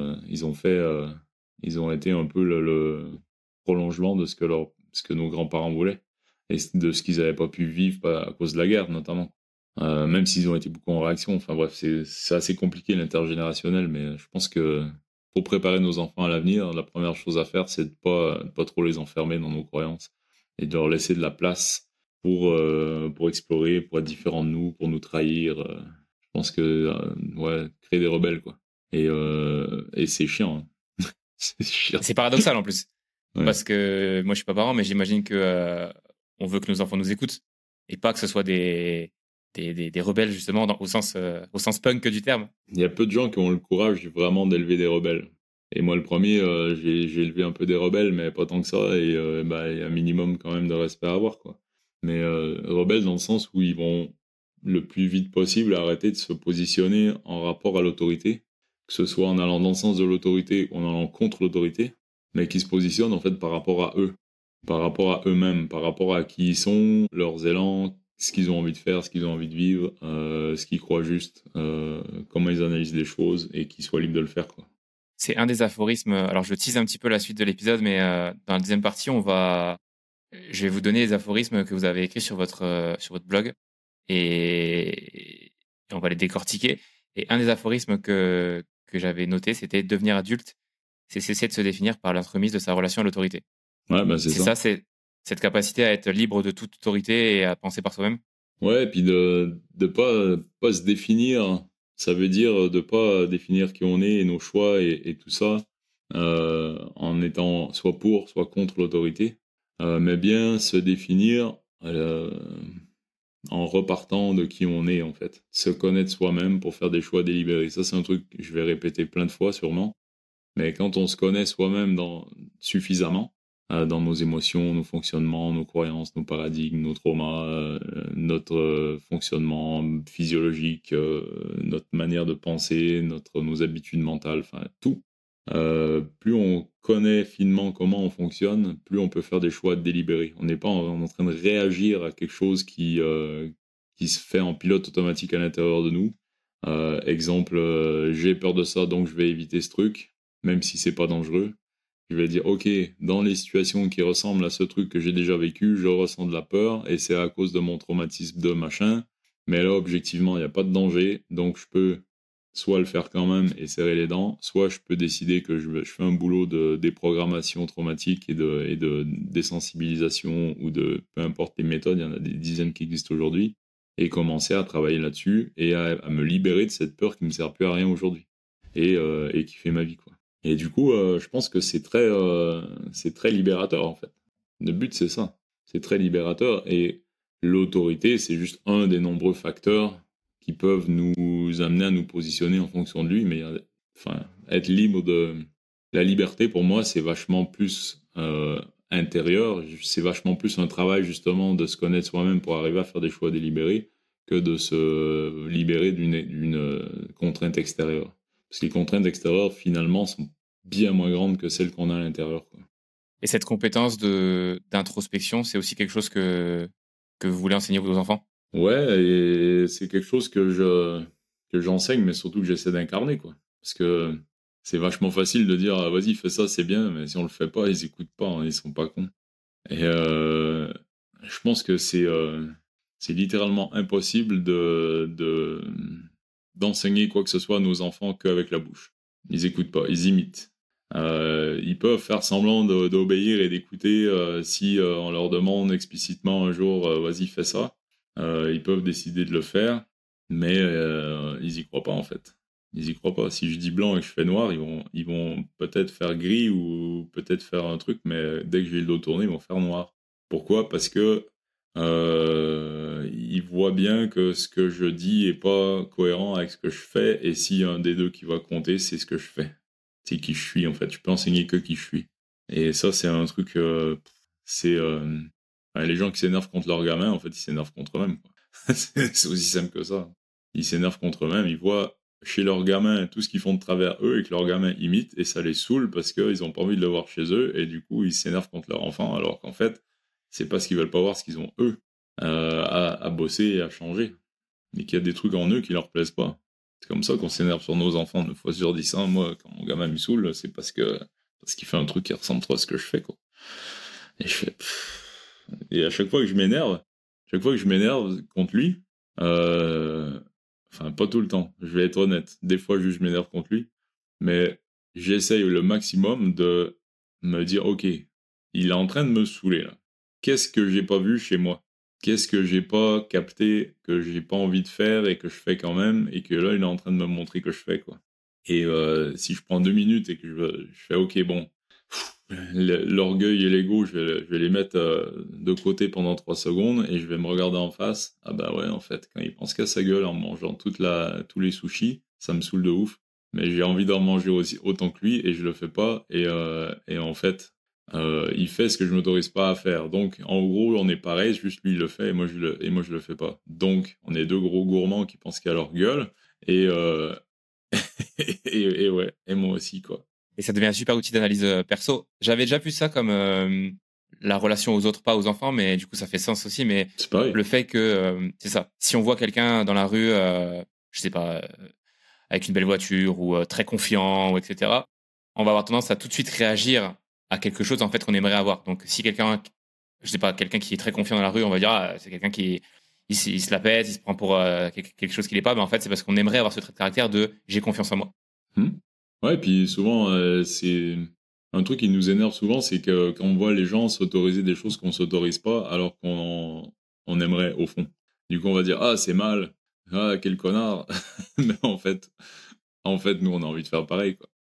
ils ont été un peu le prolongement de ce que nos grands-parents voulaient et de ce qu'ils n'avaient pas pu vivre à cause de la guerre, notamment. Même s'ils ont été beaucoup en réaction. Enfin bref, c'est assez compliqué l'intergénérationnel, mais je pense que pour préparer nos enfants à l'avenir, la première chose à faire, c'est de pas trop les enfermer dans nos croyances et de leur laisser de la place pour explorer, pour être différents de nous, pour nous trahir. Je pense que, ouais, créer des rebelles, quoi. Et c'est chiant, hein. C'est chiant. C'est paradoxal en plus. Ouais. Parce que moi, je suis pas parent, mais j'imagine que on veut que nos enfants nous écoutent et pas que ce soit des rebelles, justement, au sens punk du terme. Il y a peu de gens qui ont le courage vraiment d'élever des rebelles. Et moi, le premier, j'ai élevé un peu des rebelles, mais pas tant que ça. Et bah, il y a un minimum quand même de respect à avoir, quoi. Mais rebelles dans le sens où ils vont le plus vite possible arrêter de se positionner en rapport à l'autorité, que ce soit en allant dans le sens de l'autorité ou en allant contre l'autorité, mais qui se positionnent en fait par rapport à eux, par rapport à eux-mêmes, par rapport à qui ils sont, leurs élans, ce qu'ils ont envie de faire, ce qu'ils ont envie de vivre, ce qu'ils croient juste, comment ils analysent les choses, et qu'ils soient libres de le faire, quoi. C'est un des aphorismes. Alors, je tease un petit peu la suite de l'épisode, mais dans la deuxième partie, je vais vous donner les aphorismes que vous avez écrits sur votre blog et on va les décortiquer. Et un des aphorismes que j'avais noté, c'était devenir adulte, c'est cesser de se définir par l'entremise de sa relation à l'autorité. Ouais, bah c'est C'est ça. ça, c'est cette capacité à être libre de toute autorité et à penser par soi-même. Ouais, et puis de pas se définir, ça veut dire de pas définir qui on est et nos choix et tout ça en étant soit pour, soit contre l'autorité, mais bien se définir en repartant de qui on est en fait. Se connaître soi-même pour faire des choix délibérés. Ça, c'est un truc que je vais répéter plein de fois sûrement, mais quand on se connaît soi-même suffisamment, dans nos émotions, nos fonctionnements, nos croyances, nos paradigmes, nos traumas, notre fonctionnement physiologique, notre manière de penser, nos habitudes mentales, enfin tout. Plus on connaît finement comment on fonctionne, plus on peut faire des choix délibérés. On n'est pas en train de réagir à quelque chose qui se fait en pilote automatique à l'intérieur de nous. Exemple, j'ai peur de ça, donc je vais éviter ce truc, même si c'est pas dangereux. Je vais dire, ok, dans les situations qui ressemblent à ce truc que j'ai déjà vécu, je ressens de la peur et c'est à cause de mon traumatisme de machin. Mais là, objectivement, il n'y a pas de danger, donc je peux soit le faire quand même et serrer les dents, soit je peux décider que je fais un boulot de déprogrammation traumatique et de désensibilisation ou de peu importe les méthodes, il y en a des dizaines qui existent aujourd'hui, et commencer à travailler là-dessus et à me libérer de cette peur qui me sert plus à rien aujourd'hui et qui fait ma vie, quoi. Et du coup, je pense que c'est très libérateur en fait. Le but c'est ça, c'est très libérateur et l'autorité c'est juste un des nombreux facteurs qui peuvent nous amener à nous positionner en fonction de lui. Mais enfin, être libre de la liberté pour moi c'est vachement plus intérieur, c'est vachement plus un travail justement de se connaître soi-même pour arriver à faire des choix délibérés que de se libérer d'une contrainte extérieure. Parce que les contraintes extérieures, finalement, sont bien moins grandes que celles qu'on a à l'intérieur, quoi. Et cette compétence d'introspection, c'est aussi quelque chose que vous voulez enseigner aux enfants? Ouais, et c'est quelque chose que j'enseigne, mais surtout que j'essaie d'incarner, quoi. Parce que c'est vachement facile de dire, ah, vas-y, fais ça, c'est bien, mais si on le fait pas, ils écoutent pas, hein, ils sont pas cons. Et je pense que c'est littéralement impossible d'enseigner quoi que ce soit à nos enfants qu'avec la bouche. Ils écoutent pas, ils imitent. Ils peuvent faire semblant d'obéir et d'écouter si on leur demande explicitement un jour, vas-y, fais ça. Ils peuvent décider de le faire, mais ils y croient pas en fait. Ils y croient pas. Si je dis blanc et que je fais noir, ils vont peut-être faire gris ou peut-être faire un truc, mais dès que j'ai le dos tourné, ils vont faire noir. Pourquoi? Parce que ils voient bien que ce que je dis est pas cohérent avec ce que je fais, et s'il y a un des deux qui va compter, c'est ce que je fais. C'est qui je suis en fait. Je peux enseigner que qui je suis. Et ça, c'est un truc. C'est les gens qui s'énervent contre leurs gamins, en fait, ils s'énervent contre eux-mêmes, quoi. C'est aussi simple que ça. Ils s'énervent contre eux-mêmes, ils voient chez leurs gamins tout ce qu'ils font de travers eux et que leurs gamins imitent et ça les saoule parce qu'ils ont pas envie de le voir chez eux et du coup ils s'énervent contre leur enfant alors qu'en fait c'est parce qu'ils veulent pas voir ce qu'ils ont eux à bosser et à changer, mais qu'il y a des trucs en eux qui leur plaisent pas. C'est comme ça qu'on s'énerve sur nos enfants 9 fois sur 10. Hein. Moi, quand mon gamin me saoule, c'est parce qu'il fait un truc qui ressemble trop à ce que je fais, quoi. Et je fais et à chaque fois que je m'énerve contre lui, euh, enfin pas tout le temps, je vais être honnête. Des fois, juste je m'énerve contre lui, mais j'essaye le maximum de me dire, ok, il est en train de me saouler là. Qu'est-ce que j'ai pas vu chez moi? Qu'est-ce que j'ai pas capté, que j'ai pas envie de faire et que je fais quand même, et que là il est en train de me montrer que je fais, quoi. Et si je prends 2 minutes et que je fais ok, bon, l'orgueil et l'ego, je vais les mettre de côté pendant 3 secondes et je vais me regarder en face. Ah bah ouais, en fait, quand il pense qu'à sa gueule en mangeant tous les sushis, ça me saoule de ouf. Mais j'ai envie d'en manger aussi autant que lui et je le fais pas. Et en fait, il fait ce que je m'autorise pas à faire. Donc, en gros, on est pareil, juste lui il le fait et moi je le fais pas. Donc, on est deux gros gourmands qui pensent qu'à leur gueule et, et ouais, et moi aussi, quoi. Et ça devient un super outil d'analyse perso. J'avais déjà vu ça comme la relation aux autres, pas aux enfants, mais du coup, ça fait sens aussi. Mais C'est pareil. le fait que, c'est ça, si on voit quelqu'un dans la rue, je sais pas, avec une belle voiture ou très confiant, ou etc., on va avoir tendance à tout de suite réagir à quelque chose en fait qu'on aimerait avoir. Donc, si quelqu'un, je sais pas, quelqu'un qui est très confiant dans la rue, on va dire, ah, c'est quelqu'un qui il se la pète, il se prend pour quelque chose qu'il n'est pas, mais en fait, c'est parce qu'on aimerait avoir ce trait de caractère de j'ai confiance en moi. Hmm. Ouais, puis souvent, c'est. Un truc qui nous énerve souvent, c'est que quand on voit les gens s'autoriser des choses qu'on s'autorise pas, alors qu'on aimerait au fond. Du coup, on va dire ah c'est mal, ah quel connard. Mais en fait, nous on a envie de faire pareil quoi.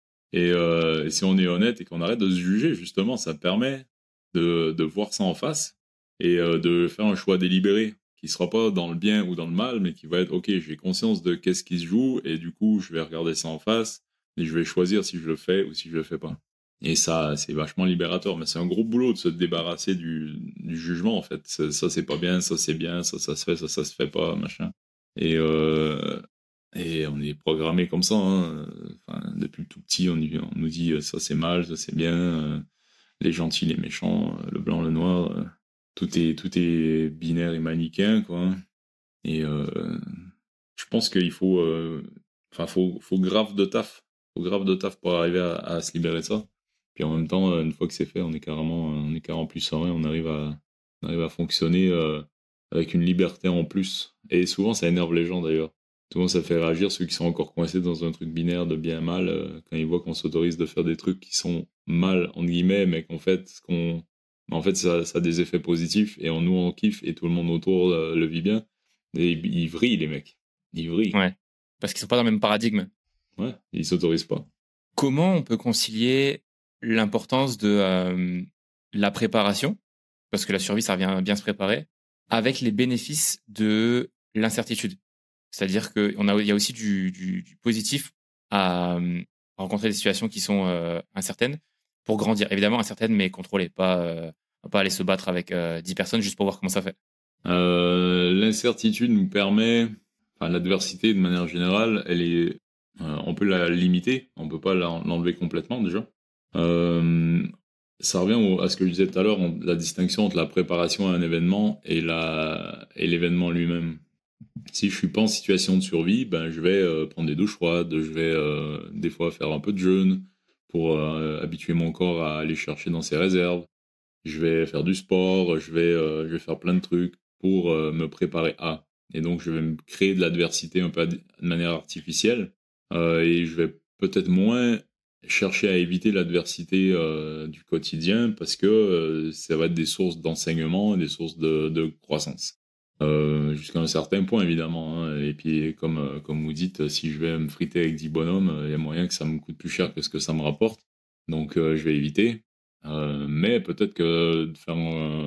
Et si on est honnête et qu'on arrête de se juger, justement, ça permet de voir ça en face et de faire un choix délibéré qui sera pas dans le bien ou dans le mal, mais qui va être ok, j'ai conscience de qu'est-ce qui se joue et du coup je vais regarder ça en face et je vais choisir si je le fais ou si je le fais pas. Et ça, c'est vachement libérateur, mais c'est un gros boulot de se débarrasser du jugement, en fait. Ça, c'est pas bien, ça, c'est bien, ça se fait, ça se fait pas, machin. Et, euh, et on est programmé comme ça, hein. Enfin, depuis le tout petit, on nous dit ça, c'est mal, ça, c'est bien, les gentils, les méchants, le blanc, le noir, tout est binaire et manichéen, quoi. Et je pense qu'il faut, enfin, faut grave de taf. Faut grave de taf pour arriver à se libérer de ça. Puis en même temps, une fois que c'est fait, on est carrément plus serein, on arrive à fonctionner avec une liberté en plus. Et souvent, ça énerve les gens d'ailleurs. Souvent, ça fait réagir ceux qui sont encore coincés dans un truc binaire de bien mal, quand ils voient qu'on s'autorise de faire des trucs qui sont mal, entre guillemets, mais en fait, ça a des effets positifs et nous, on kiffe et tout le monde autour le vit bien. Et ils vrillent, les mecs. Ils vrillent. Ouais. Parce qu'ils sont pas dans le même paradigme. Ouais, ils s'autorisent pas. Comment on peut concilier l'importance de la préparation, parce que la survie, ça revient à bien se préparer, avec les bénéfices de l'incertitude? C'est-à-dire qu'il y a aussi du positif à rencontrer des situations qui sont incertaines pour grandir. Évidemment, incertaines, mais contrôlées. Pas aller se battre avec 10 personnes juste pour voir comment ça fait. L'incertitude nous permet, enfin l'adversité de manière générale, on peut la limiter, on peut pas l'enlever complètement déjà. Euh, Ça revient à ce que je disais tout à l'heure, la distinction entre la préparation à un événement et l'événement lui-même. Si je suis pas en situation de survie, ben je vais prendre des douches froides, je vais des fois faire un peu de jeûne pour habituer mon corps à aller chercher dans ses réserves. Je vais faire du sport, je vais faire plein de trucs pour me préparer à. Et donc, je vais me créer de l'adversité un peu de manière artificielle. Et je vais peut-être moins chercher à éviter l'adversité du quotidien parce que ça va être des sources d'enseignement, des sources de croissance. Jusqu'à un certain point, évidemment, hein. Et puis, comme vous dites, si je vais me friter avec 10 bonhommes, il y a moyen que ça me coûte plus cher que ce que ça me rapporte. Donc, je vais éviter. Mais peut-être que de faire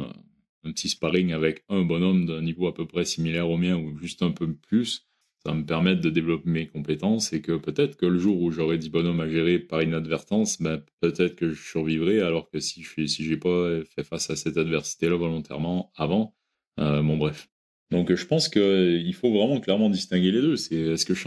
un petit sparring avec un bonhomme d'un niveau à peu près similaire au mien ou juste un peu plus, ça va me permettre de développer mes compétences et que peut-être que le jour où j'aurai 10 bonhommes à gérer par inadvertance, ben, peut-être que je survivrai alors que si j'ai pas fait face à cette adversité-là volontairement avant, bon bref. Donc je pense qu'il faut vraiment clairement distinguer les deux. Est-ce que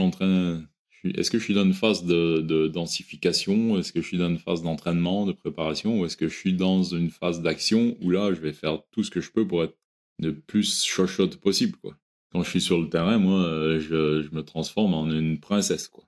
je suis dans une phase de densification? Est-ce que je suis dans une phase d'entraînement, de préparation? Ou est-ce que je suis dans une phase d'action où là, je vais faire tout ce que je peux pour être le plus chochotte possible, quoi. Quand je suis sur le terrain, moi, je me transforme en une princesse, quoi.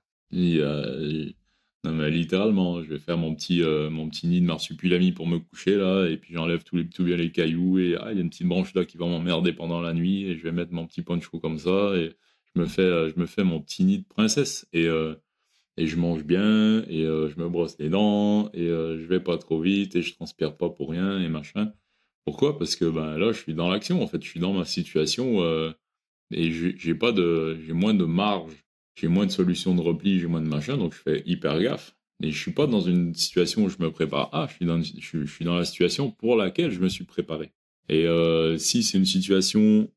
Non, mais littéralement, je vais faire mon petit nid de marsupilami pour me coucher, là, et puis j'enlève tout bien les cailloux, et il y a une petite branche là qui va m'emmerder pendant la nuit, et je vais mettre mon petit poncho comme ça, et je me fais mon petit nid de princesse et je mange bien et je me brosse les dents et je vais pas trop vite et je transpire pas pour rien et machin. Pourquoi? Parce que ben là je suis dans l'action en fait, je suis dans ma situation et j'ai moins de marge, j'ai moins de solutions de repli, j'ai moins de machin donc je fais hyper gaffe. Et je suis pas dans une situation où je me prépare. Je suis dans la situation pour laquelle je me suis préparé. Et si c'est une situation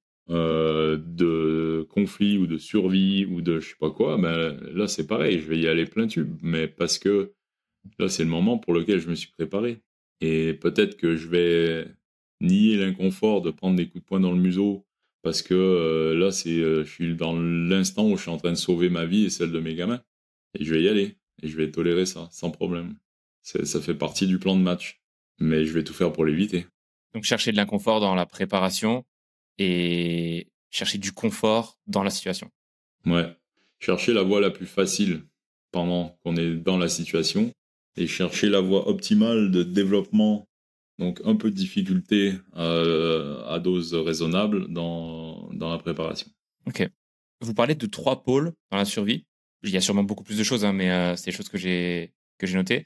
de conflit ou de survie ou de je sais pas quoi, ben là c'est pareil, je vais y aller plein tube, mais parce que là c'est le moment pour lequel je me suis préparé. Et peut-être que je vais nier l'inconfort de prendre des coups de poing dans le museau parce que là je suis dans l'instant où je suis en train de sauver ma vie et celle de mes gamins. Et je vais y aller et je vais tolérer ça sans problème. Ça fait partie du plan de match, mais je vais tout faire pour l'éviter. Donc chercher de l'inconfort dans la préparation et chercher du confort dans la situation. Ouais. Chercher la voie la plus facile pendant qu'on est dans la situation et chercher la voie optimale de développement, donc un peu de difficulté à dose raisonnable dans la préparation. Ok. Vous parlez de 3 pôles dans la survie. Il y a sûrement beaucoup plus de choses, hein, mais c'est des choses que j'ai notées.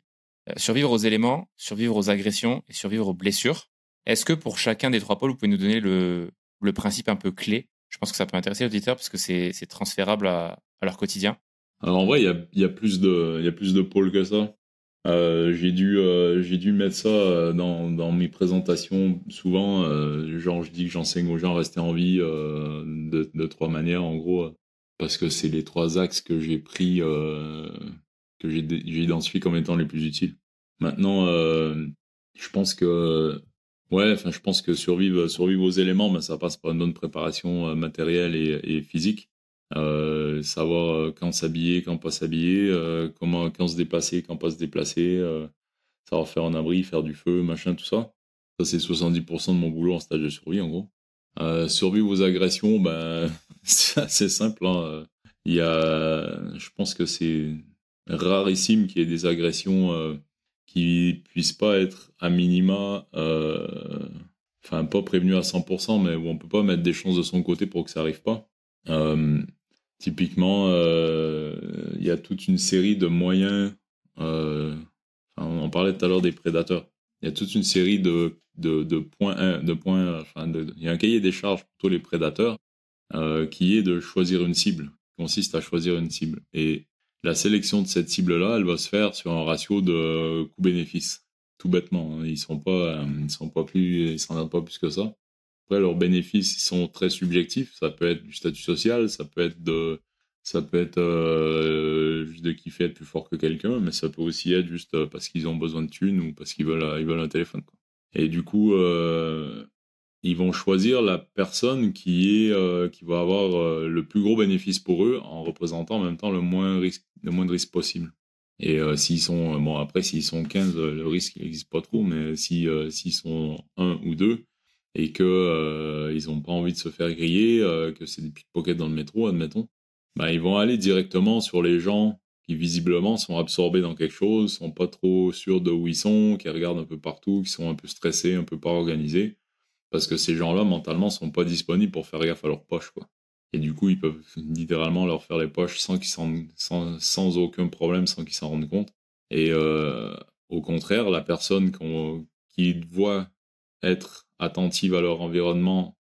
Survivre aux éléments, survivre aux agressions et survivre aux blessures. Est-ce que pour chacun des 3 pôles, vous pouvez nous donner le principe un peu clé? Je pense que ça peut intéresser l'auditeur parce que c'est transférable à leur quotidien. Alors en vrai, il y a plus de pôles que ça. J'ai dû mettre ça dans mes présentations souvent. Genre, je dis que j'enseigne aux gens à rester en vie de 3 manières, en gros, parce que c'est les 3 axes que j'ai pris, j'ai identifié comme étant les plus utiles. Maintenant, je pense que, ouais, enfin, je pense que survivre aux éléments, ben, ça passe par une bonne préparation matérielle et physique. Savoir quand s'habiller, quand pas s'habiller, quand se déplacer, quand pas se déplacer, savoir faire un abri, faire du feu, machin, tout ça. Ça, c'est 70% de mon boulot en stage de survie, en gros. Survivre aux agressions, ben, c'est assez simple, hein. Je pense que c'est rarissime qu'il y ait des agressions qui puissent pas être à minima, enfin, pas prévenues à 100%, mais où on peut pas mettre des chances de son côté pour que ça arrive pas. Typiquement, il y a toute une série de moyens. On parlait tout à l'heure des prédateurs. Il y a toute une série de points, il y a un cahier des charges pour tous les prédateurs qui est de choisir une cible, qui consiste à choisir une cible. Et la sélection de cette cible-là, elle va se faire sur un ratio de coût-bénéfice, tout bêtement, hein. Ils s'en regardent pas plus que ça. Après, leurs bénéfices, ils sont très subjectifs. Ça peut être du statut social, ça peut être juste de kiffer être plus fort que quelqu'un, mais ça peut aussi être juste parce qu'ils ont besoin de thunes ou parce ils veulent un téléphone, quoi. Et du coup, ils vont choisir la personne qui va avoir le plus gros bénéfice pour eux en représentant en même temps le moins de risque possible. Et s'ils sont, bon, après, s'ils sont 15, le risque n'existe pas trop, mais s'ils sont un ou deux, et que ils ont pas envie de se faire griller, que c'est des pickpockets dans le métro, admettons, bah, ils vont aller directement sur les gens qui visiblement sont absorbés dans quelque chose, sont pas trop sûrs de où ils sont, qui regardent un peu partout, qui sont un peu stressés, un peu pas organisés, parce que ces gens-là, mentalement, sont pas disponibles pour faire gaffe à leurs poches, quoi. Et du coup, ils peuvent littéralement leur faire les poches sans aucun problème, sans qu'ils s'en rendent compte. Et au contraire, la personne qui voit être attentive à leur environnement,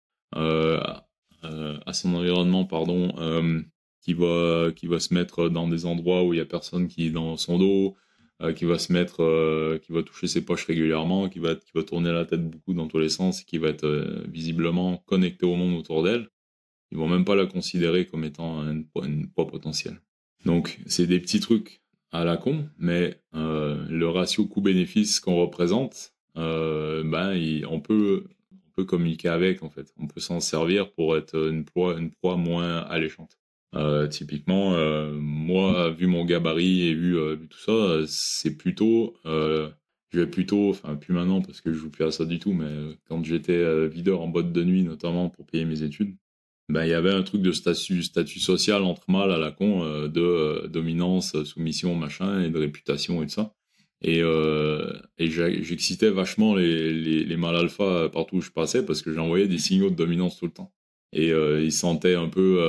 à son environnement, pardon, qui va se mettre dans des endroits où il y a personne qui est dans son dos, qui va toucher ses poches régulièrement, qui va tourner la tête beaucoup dans tous les sens, qui va être visiblement connecté au monde autour d'elle. Ils vont même pas la considérer comme étant une proie potentielle. Donc, c'est des petits trucs à la con, mais le ratio coût-bénéfice qu'on représente, on peut communiquer avec, en fait. On peut s'en servir pour être une proie moins alléchante. Typiquement, moi, vu mon gabarit et vu tout ça, c'est plutôt... je vais plutôt, enfin plus maintenant parce que je joue plus à ça du tout, mais quand j'étais videur en boîte de nuit notamment pour payer mes études, ben il y avait un truc de statut social entre mâles à la con, dominance, soumission, machin, et de réputation et tout ça. Et j'excitais vachement les mâles alpha partout où je passais parce que j'envoyais des signaux de dominance tout le temps. Et ils se sentaient un peu,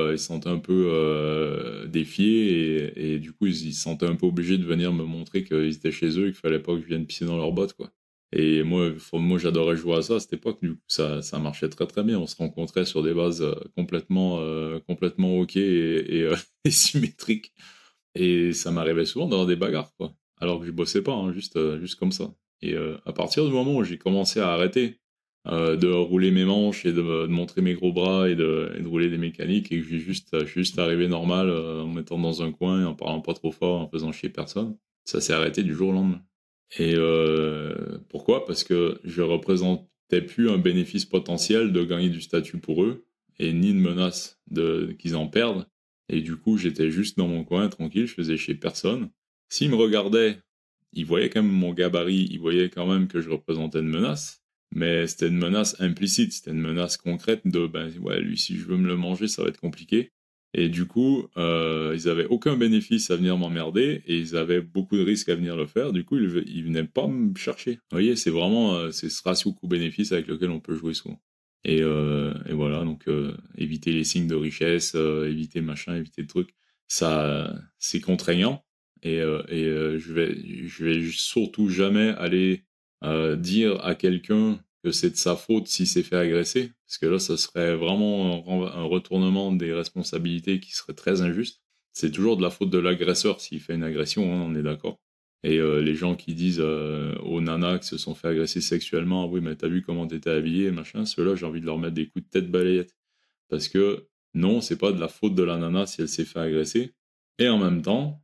défiés et du coup ils se sentaient un peu obligés de venir me montrer qu'ils étaient chez eux et qu'il fallait pas que je vienne pisser dans leurs bottes, quoi. Et moi j'adorais jouer à ça à cette époque. Du coup ça marchait très très bien. On se rencontrait sur des bases complètement ok et symétriques. Et ça m'arrivait souvent d'avoir des bagarres, quoi. Alors que je bossais pas, hein, juste comme ça. Et à partir du moment où j'ai commencé à arrêter de rouler mes manches et de montrer mes gros bras et de rouler des mécaniques et que je suis juste arrivé normal en me mettant dans un coin, en parlant pas trop fort, en faisant chier personne, ça s'est arrêté du jour au lendemain. Et pourquoi? Parce que je représentais plus un bénéfice potentiel de gagner du statut pour eux et ni une menace qu'ils en perdent. Et du coup, j'étais juste dans mon coin, tranquille, je faisais chier personne. S'ils me regardaient, ils voyaient quand même mon gabarit, ils voyaient quand même que je représentais une menace. Mais c'était une menace implicite, c'était une menace concrète de, ben ouais, lui, si je veux me le manger, ça va être compliqué. Et du coup, ils avaient aucun bénéfice à venir m'emmerder et ils avaient beaucoup de risques à venir le faire. Du coup, ils venaient pas me chercher. Vous voyez, c'est vraiment c'est ce ratio coût-bénéfice avec lequel on peut jouer souvent. Et voilà, donc éviter les signes de richesse, éviter machin, éviter le truc. Ça, c'est contraignant. Je vais surtout jamais aller dire à quelqu'un que c'est de sa faute s'il s'est fait agresser, parce que là, ça serait vraiment un retournement des responsabilités qui serait très injuste. C'est toujours de la faute de l'agresseur s'il fait une agression, hein, on est d'accord. Et les gens qui disent aux nanas qui se sont fait agresser sexuellement, ah oui, mais t'as vu comment t'étais habillé, machin, ceux-là, j'ai envie de leur mettre des coups de tête balayette. Parce que non, c'est pas de la faute de la nana si elle s'est fait agresser. Et en même temps,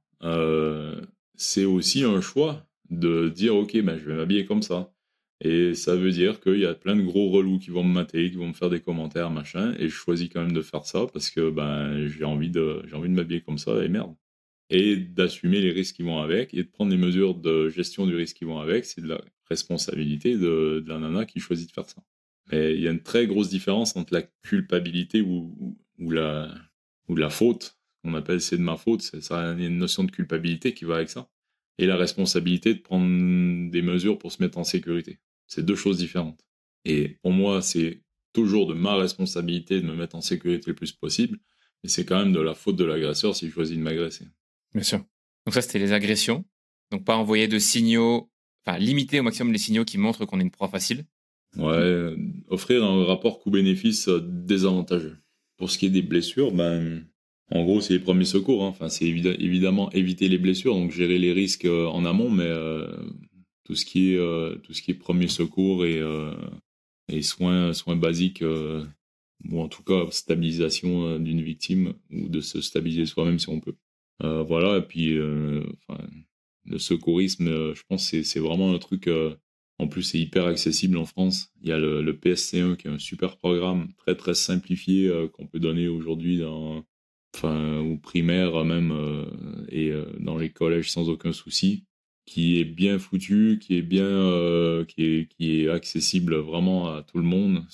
c'est aussi un choix de dire, ok, ben, je vais m'habiller comme ça. Et ça veut dire qu'il y a plein de gros relous qui vont me mater, qui vont me faire des commentaires, machin, et je choisis quand même de faire ça parce que ben j'ai envie de m'habiller comme ça, et merde. Et d'assumer les risques qui vont avec, et de prendre les mesures de gestion du risque qui vont avec, c'est de la responsabilité de la nana qui choisit de faire ça. Mais il y a une très grosse différence entre la culpabilité ou la faute, on appelle c'est de ma faute, ça a une notion de culpabilité qui va avec ça, et la responsabilité de prendre des mesures pour se mettre en sécurité. C'est deux choses différentes. Et pour moi, c'est toujours de ma responsabilité de me mettre en sécurité le plus possible, mais c'est quand même de la faute de l'agresseur s'il choisit de m'agresser. Bien sûr. Donc ça, c'était les agressions. Donc pas envoyer de signaux, enfin limiter au maximum les signaux qui montrent qu'on est une proie facile. Ouais, offrir un rapport coût-bénéfice désavantageux. Pour ce qui est des blessures, ben, en gros, c'est les premiers secours, hein. Enfin, c'est évidemment éviter les blessures, donc gérer les risques en amont, mais tout ce qui est premiers secours et soins basiques, ou en tout cas stabilisation d'une victime, ou de se stabiliser soi-même si on peut. Voilà, et puis enfin, le secourisme, je pense que c'est vraiment un truc. En plus, c'est hyper accessible en France. Il y a le PSC1 qui est un super programme très très simplifié qu'on peut donner aujourd'hui au primaire même et dans les collèges sans aucun souci, qui est bien foutu, qui est accessible vraiment à tout le monde,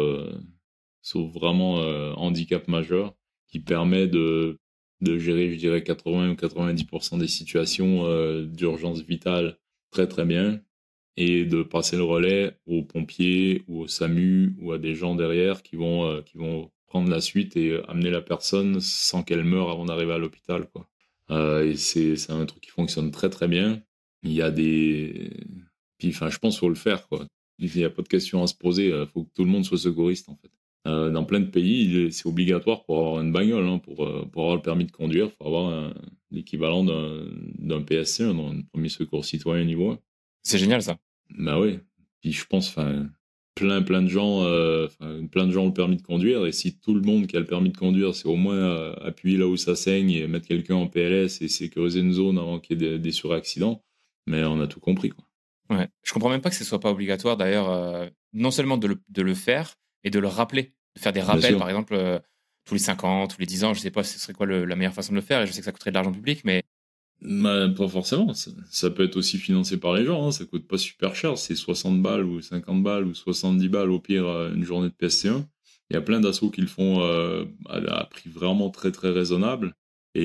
sauf vraiment handicap majeur, qui permet de gérer, je dirais, 80 ou 90% des situations d'urgence vitale très très bien, et de passer le relais aux pompiers ou au SAMU ou à des gens derrière qui vont prendre la suite et amener la personne sans qu'elle meure avant d'arriver à l'hôpital, quoi. Et c'est un truc qui fonctionne très très bien. Il y a des... Puis, enfin, je pense qu'il faut le faire, quoi. Il n'y a pas de question à se poser. Il faut que tout le monde soit secouriste, en fait. Dans plein de pays, c'est obligatoire pour avoir une bagnole, hein, pour avoir le permis de conduire. Il faut avoir l'équivalent d'un PSC, un premier secours citoyen niveau 1. C'est génial ça. Bah oui. Puis je pense, enfin, plein de gens ont le permis de conduire, et si tout le monde qui a le permis de conduire, c'est au moins appuyer là où ça saigne et mettre quelqu'un en PLS et sécuriser une zone avant qu'il y ait des suraccidents, mais on a tout compris, quoi. Ouais. Je comprends même pas que ce soit pas obligatoire d'ailleurs, non seulement de le faire, et de le rappeler, de faire des rappels par exemple tous les 5 ans, tous les 10 ans, je sais pas ce serait quoi la meilleure façon de le faire, et je sais que ça coûterait de l'argent public, mais Bah, pas forcément, ça peut être aussi financé par les gens, hein. Ça coûte pas super cher, c'est 60 balles ou 50 balles ou 70 balles au pire une journée de PSC1. Il y a plein d'assos qui le font à prix vraiment très très raisonnable,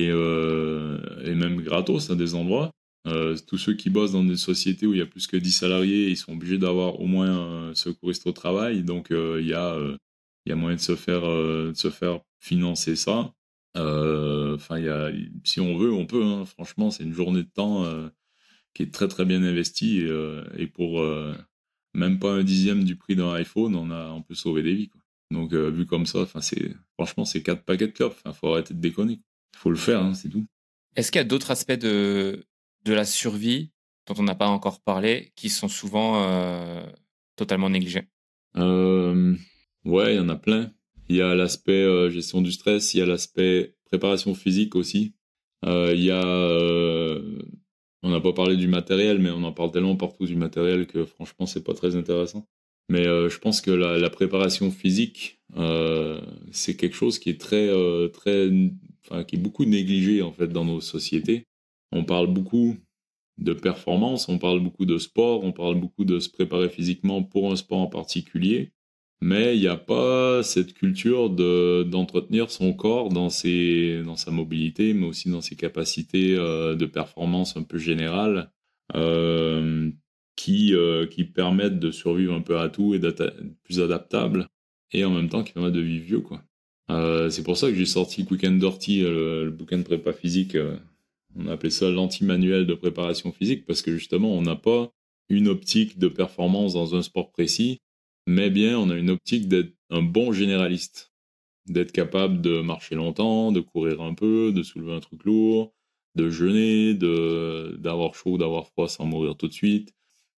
et même gratos à des endroits. Tous ceux qui bossent dans des sociétés où il y a plus que 10 salariés, ils sont obligés d'avoir au moins un secouriste au travail, donc il y a moyen de se faire financer ça. Enfin, si on veut, on peut, hein. Franchement, c'est une journée de temps qui est très très bien investie, et pour même pas un dixième du prix d'un iPhone, on peut sauver des vies, quoi. Donc vu comme ça, enfin franchement c'est 4 paquets de clopes. Enfin, faut arrêter de déconner. Faut le faire, hein, c'est tout. est-ce qu'il y a d'autres aspects de la survie dont on n'a pas encore parlé qui sont souvent totalement négligés? Ouais, il y en a plein. Il y a l'aspect gestion du stress, il y a l'aspect préparation physique aussi. Il y a, on n'a pas parlé du matériel, mais on en parle tellement partout du matériel que franchement, c'est pas très intéressant. Mais je pense que la préparation physique, c'est quelque chose qui est qui est beaucoup négligé en fait dans nos sociétés. On parle beaucoup de performance, on parle beaucoup de sport, on parle beaucoup de se préparer physiquement pour un sport en particulier. Mais il n'y a pas cette culture d'entretenir son corps dans sa mobilité, mais aussi dans ses capacités de performance un peu générales, qui permettent de survivre un peu à tout et d'être plus adaptable, et en même temps qui permettent de vivre vieux, quoi. C'est pour ça que j'ai sorti Quick and Dirty, le bouquin de prépa physique, On a appelé ça l'anti-manuel de préparation physique parce que justement, on n'a pas une optique de performance dans un sport précis, mais bien on a une optique d'être un bon généraliste, d'être capable de marcher longtemps, de courir un peu, de soulever un truc lourd, de jeûner, d'avoir chaud, d'avoir froid sans mourir tout de suite,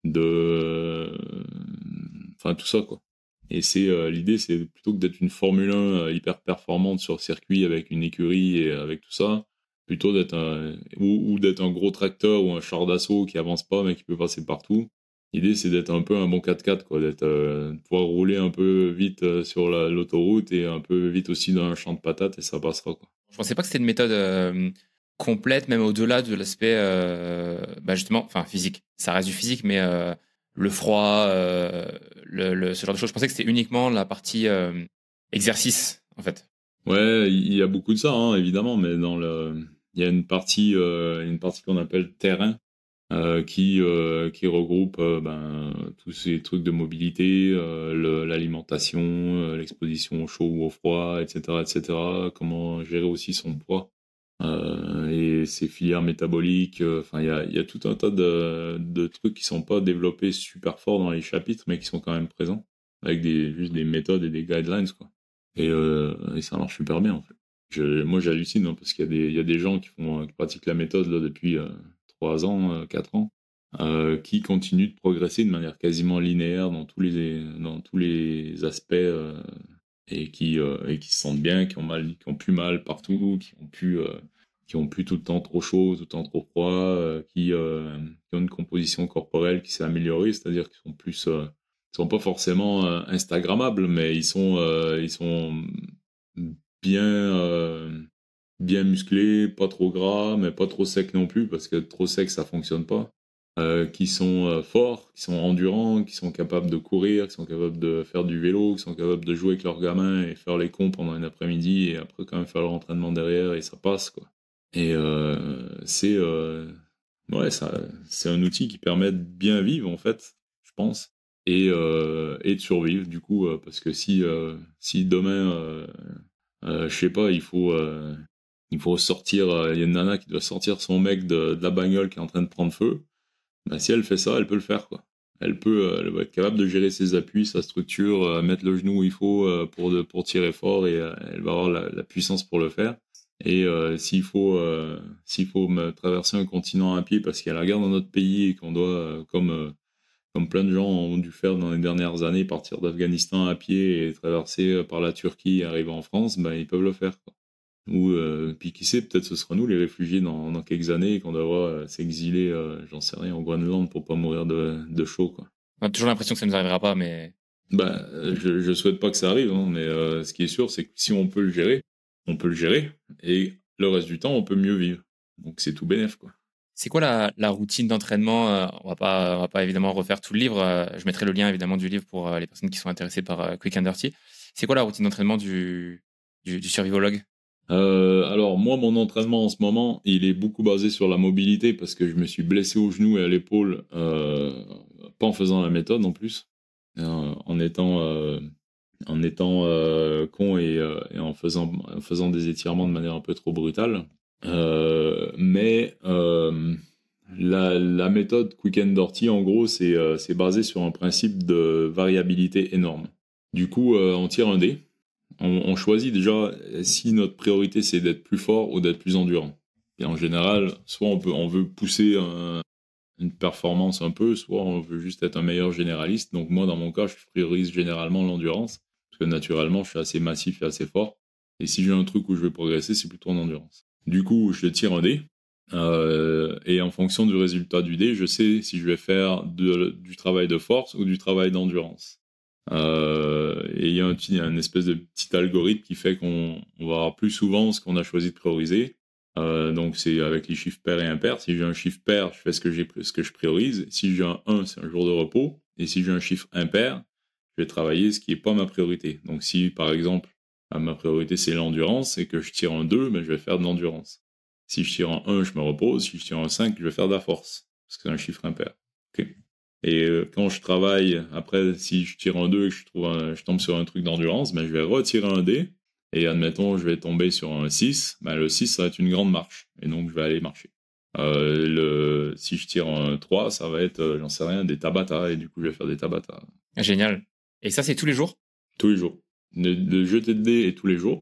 enfin tout ça quoi. Et l'idée, c'est plutôt que d'être une Formule 1 hyper performante sur circuit avec une écurie et avec tout ça, plutôt d'être ou d'être un gros tracteur ou un char d'assaut qui avance pas mais qui peut passer partout. L'idée, c'est d'être un peu un bon 4x4, quoi, de pouvoir rouler un peu vite sur l'autoroute et un peu vite aussi dans un champ de patates et ça passera, quoi. Je pensais pas que c'était une méthode complète, même au-delà de l'aspect justement, enfin physique. Ça reste du physique, mais le froid, ce genre de choses. Je pensais que c'était uniquement la partie exercice, en fait. Ouais, il y a beaucoup de ça, hein, évidemment, mais il y a une partie qu'on appelle terrain, qui regroupe tous ces trucs de mobilité, l'alimentation, l'exposition au chaud ou au froid, etc., comment gérer aussi son poids et ses filières métaboliques. Enfin, il y a tout un tas de trucs qui sont pas développés super fort dans les chapitres, mais qui sont quand même présents, avec juste des méthodes et des guidelines, quoi. Et ça marche super bien, en fait. Moi, j'hallucine, hein, parce qu'il y a des gens qui pratiquent la méthode là, depuis 3 ans, 4 ans, qui continuent de progresser de manière quasiment linéaire dans tous les aspects et qui se sentent bien, qui ont plus mal partout, qui ont plus tout le temps trop chaud, tout le temps trop froid, qui ont une composition corporelle qui s'est améliorée, c'est-à-dire qu'ils sont plus ils sont pas forcément instagrammables, mais ils sont bien bien musclés, pas trop gras, mais pas trop secs non plus, parce que trop sec ça fonctionne pas. Qui sont forts, qui sont endurants, qui sont capables de courir, qui sont capables de faire du vélo, qui sont capables de jouer avec leurs gamins et faire les cons pendant une après-midi et après quand même faire leur entraînement derrière et ça passe, quoi. Et c'est un outil qui permet de bien vivre en fait, je pense, et de survivre du coup, parce que si demain, je sais pas, il faut sortir, il y a une nana qui doit sortir son mec de la bagnole qui est en train de prendre feu. Bah, si elle fait ça, elle peut le faire, quoi. Elle va être capable de gérer ses appuis, sa structure, mettre le genou où il faut pour tirer fort et elle va avoir la puissance pour le faire. Et s'il faut traverser un continent à pied parce qu'il y a la guerre dans notre pays et qu'on doit, comme plein de gens ont dû faire dans les dernières années, partir d'Afghanistan à pied et traverser par la Turquie et arriver en France, ben, ils peuvent le faire, quoi. Ou puis qui sait, peut-être ce sera nous les réfugiés dans quelques années et qu'on devra s'exiler, j'en sais rien, au Groenland pour pas mourir de chaud, quoi. On a toujours l'impression que ça nous arrivera pas, mais Ben, je souhaite pas que ça arrive, hein, mais ce qui est sûr, c'est que si on peut le gérer, on peut le gérer et le reste du temps, on peut mieux vivre. Donc c'est tout bénef, quoi. c'est quoi la routine d'entraînement on va pas évidemment refaire tout le livre. Je mettrai le lien évidemment du livre pour les personnes qui sont intéressées par Quick and Dirty. C'est quoi la routine d'entraînement du survivologue? Alors moi, mon entraînement en ce moment, il est beaucoup basé sur la mobilité parce que je me suis blessé au genou et à l'épaule, pas en faisant la méthode en plus, en étant con et en faisant des étirements de manière un peu trop brutale. Mais la méthode Quick and Dirty, en gros, c'est basé sur un principe de variabilité énorme. Du coup, on tire un dé. On choisit déjà si notre priorité c'est d'être plus fort ou d'être plus endurant. Et en général, soit on veut pousser une performance un peu, soit on veut juste être un meilleur généraliste. Donc moi, dans mon cas, je priorise généralement l'endurance, parce que naturellement, je suis assez massif et assez fort. Et si j'ai un truc où je veux progresser, c'est plutôt en endurance. Du coup, je tire un dé, et en fonction du résultat du dé, je sais si je vais faire du travail de force ou du travail d'endurance. Et il y a un espèce de petit algorithme qui fait qu'on va avoir plus souvent ce qu'on a choisi de prioriser. Donc c'est avec les chiffres pairs et impairs. Si j'ai un chiffre pair, je fais ce que je priorise. Si j'ai un 1, c'est un jour de repos. Et si j'ai un chiffre impair, je vais travailler ce qui est pas ma priorité. Donc si par exemple ma priorité c'est l'endurance et que je tire un 2, ben, je vais faire de l'endurance. Si je tire un 1, je me repose. Si je tire un 5, je vais faire de la force. Parce que c'est un chiffre impair. Okay. Et quand je travaille, après, si je tire un 2 et que je tombe sur un truc d'endurance, ben, je vais retirer un dé. Et admettons, je vais tomber sur un 6. Ben, le 6, ça va être une grande marche. Et donc, je vais aller marcher. Si je tire un 3, ça va être, j'en sais rien, des Tabata, et du coup, je vais faire des Tabata. Génial. Et ça, c'est tous les jours? Tous les jours. Le jeter de dés est tous les jours.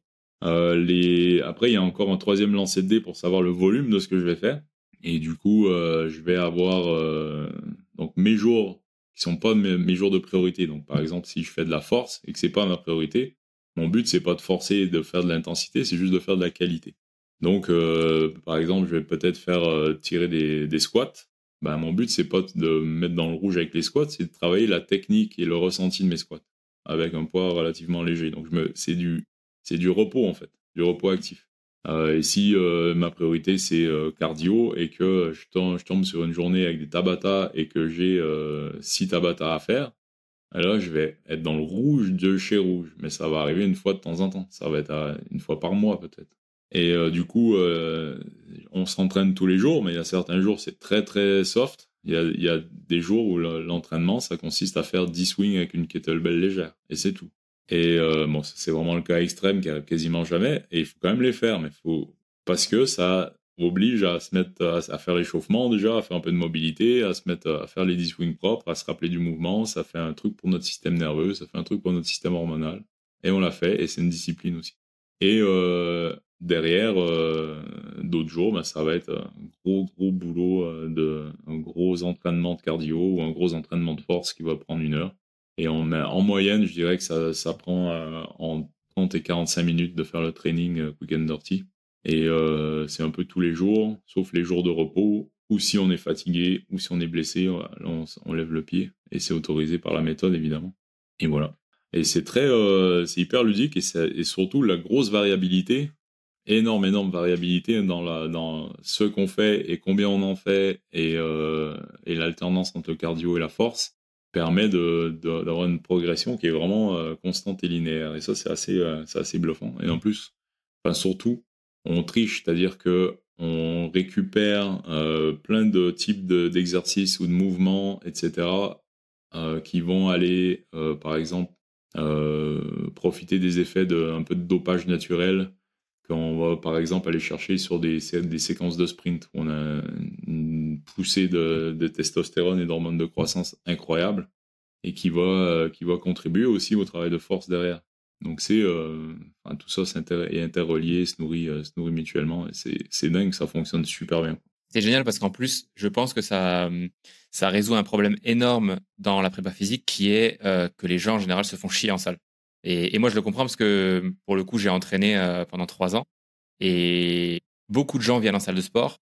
Après, il y a encore un troisième lancer de dés pour savoir le volume de ce que je vais faire. Et du coup, je vais avoir donc mes jours qui sont pas mes jours de priorité. Donc, par exemple, si je fais de la force et que c'est pas ma priorité, mon but, c'est pas de forcer de faire de l'intensité, c'est juste de faire de la qualité. Donc, par exemple, je vais peut-être faire tirer des squats. Ben, mon but, c'est pas de me mettre dans le rouge avec les squats, c'est de travailler la technique et le ressenti de mes squats avec un poids relativement léger. Donc, c'est du repos, en fait, du repos actif. Et si ma priorité, c'est cardio et que je tombe sur une journée avec des Tabata et que j'ai 6 Tabata à faire, là, je vais être dans le rouge de chez rouge. Mais ça va arriver une fois de temps en temps. Ça va être une fois par mois, peut-être. Et du coup, on s'entraîne tous les jours, mais il y a certains jours, c'est très, très soft. Il y a des jours où l'entraînement, ça consiste à faire 10 swings avec une kettlebell légère. Et c'est tout. Et bon, c'est vraiment le cas extrême qui arrive quasiment jamais. Et il faut quand même les faire, parce que ça oblige à se mettre à faire l'échauffement déjà, à faire un peu de mobilité, à se mettre à faire les 10 swings propres, à se rappeler du mouvement. Ça fait un truc pour notre système nerveux, ça fait un truc pour notre système hormonal. Et on l'a fait, et c'est une discipline aussi. Et derrière, d'autres jours, ben, ça va être un gros boulot, un gros entraînement de cardio ou un gros entraînement de force qui va prendre 1 heure. Et en moyenne, je dirais que ça prend en 30 et 45 minutes de faire le training quick and dirty. Et c'est un peu tous les jours, sauf les jours de repos, ou si on est fatigué, ou si on est blessé, on lève le pied. Et c'est autorisé par la méthode, évidemment. Et voilà. Et c'est c'est hyper ludique et surtout la grosse variabilité, énorme variabilité dans ce qu'on fait et combien on en fait et l'alternance entre le cardio et la force permet d'avoir une progression qui est vraiment constante et linéaire. Et ça, c'est assez bluffant. Et en plus, enfin, surtout, on triche, c'est-à-dire que on récupère plein de types d'exercices ou de mouvements, etc., qui vont aller, par exemple, profiter des effets un peu de dopage naturel quand on va par exemple aller chercher sur des séquences de sprint où on a une poussée de testostérone et d'hormones de croissance incroyable et qui va contribuer aussi au travail de force derrière. Donc tout ça est interrelié, se nourrit mutuellement et c'est dingue, ça fonctionne super bien. C'est génial parce qu'en plus, je pense que ça résout un problème énorme dans la prépa physique qui est que les gens en général se font chier en salle. Et moi, je le comprends parce que pour le coup, j'ai entraîné pendant 3 ans et beaucoup de gens viennent en salle de sport,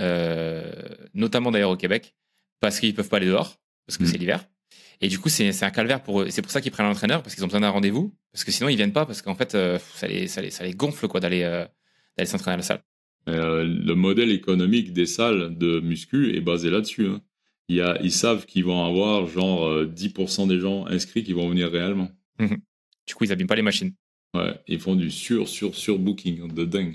notamment d'ailleurs au Québec, parce qu'ils peuvent pas aller dehors, parce que c'est l'hiver. Et du coup, c'est un calvaire pour eux. C'est pour ça qu'ils prennent l'entraîneur, parce qu'ils ont besoin d'un rendez-vous, parce que sinon ils viennent pas, parce qu'en fait, ça les gonfle quoi d'aller s'entraîner à la salle. Le modèle économique des salles de muscu est basé là-dessus. Hein. Ils savent qu'ils vont avoir genre 10% des gens inscrits qui vont venir réellement. Du coup, ils abîment pas les machines. Ouais, ils font du sur-booking de dingue.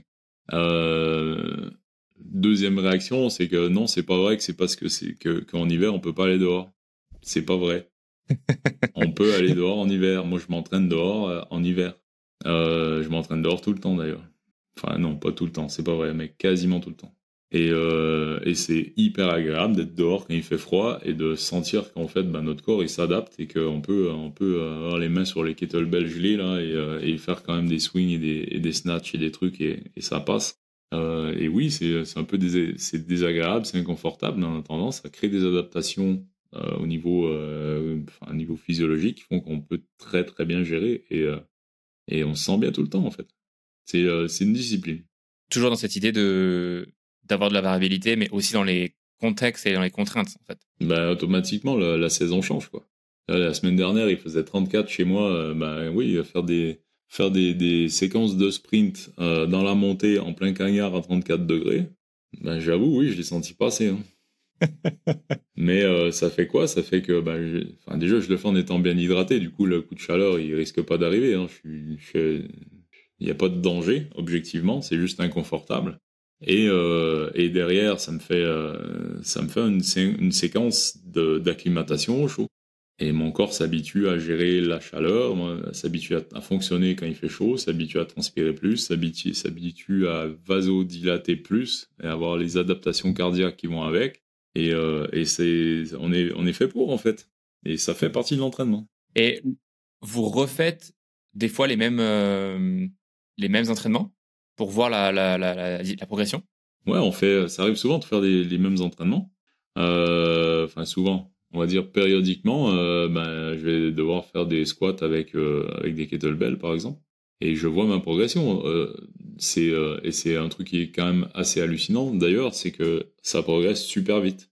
Deuxième réaction, c'est que non, c'est pas vrai que c'est parce qu'en hiver, on peut pas aller dehors. C'est pas vrai. On peut aller dehors en hiver. Moi, je m'entraîne dehors en hiver. Je m'entraîne dehors tout le temps, d'ailleurs. Enfin, non, pas tout le temps, c'est pas vrai, mais quasiment tout le temps. Et c'est hyper agréable d'être dehors quand il fait froid et de sentir qu'en fait, notre corps, il s'adapte et qu'on peut avoir les mains sur les kettlebells gelés, là, et faire quand même des swings et des snatchs et des trucs, et ça passe. Et oui, c'est un peu c'est désagréable, c'est inconfortable, mais en attendant, ça crée des adaptations au niveau physiologique qui font qu'on peut très très bien gérer et on se sent bien tout le temps en fait. C'est une discipline. Toujours dans cette idée d'avoir de la variabilité, mais aussi dans les contextes et dans les contraintes en fait. Automatiquement la saison change quoi. La semaine dernière il faisait 34 chez moi, oui, faire des séquences de sprint dans la montée en plein cagnard à 34 degrés, j'avoue oui je l'ai senti passer. Hein. Mais ça fait quoi? Ça fait que déjà je le fais en étant bien hydraté, du coup le coup de chaleur il risque pas d'arriver. Hein. Il n'y a pas de danger objectivement, c'est juste inconfortable. Et derrière ça me fait une séquence d'acclimatation au chaud. Et mon corps s'habitue à gérer la chaleur, s'habitue à fonctionner quand il fait chaud, s'habitue à transpirer plus, s'habitue à vasodilater plus et à avoir les adaptations cardiaques qui vont avec. Et on est fait pour, en fait. Et ça fait partie de l'entraînement. Et vous refaites des fois les mêmes entraînements pour voir la progression? Ouais, ça arrive souvent de faire les mêmes entraînements. Enfin, souvent. On va dire périodiquement, je vais devoir faire des squats avec des kettlebells, par exemple. Et je vois ma progression. Et c'est un truc qui est quand même assez hallucinant, d'ailleurs, c'est que ça progresse super vite.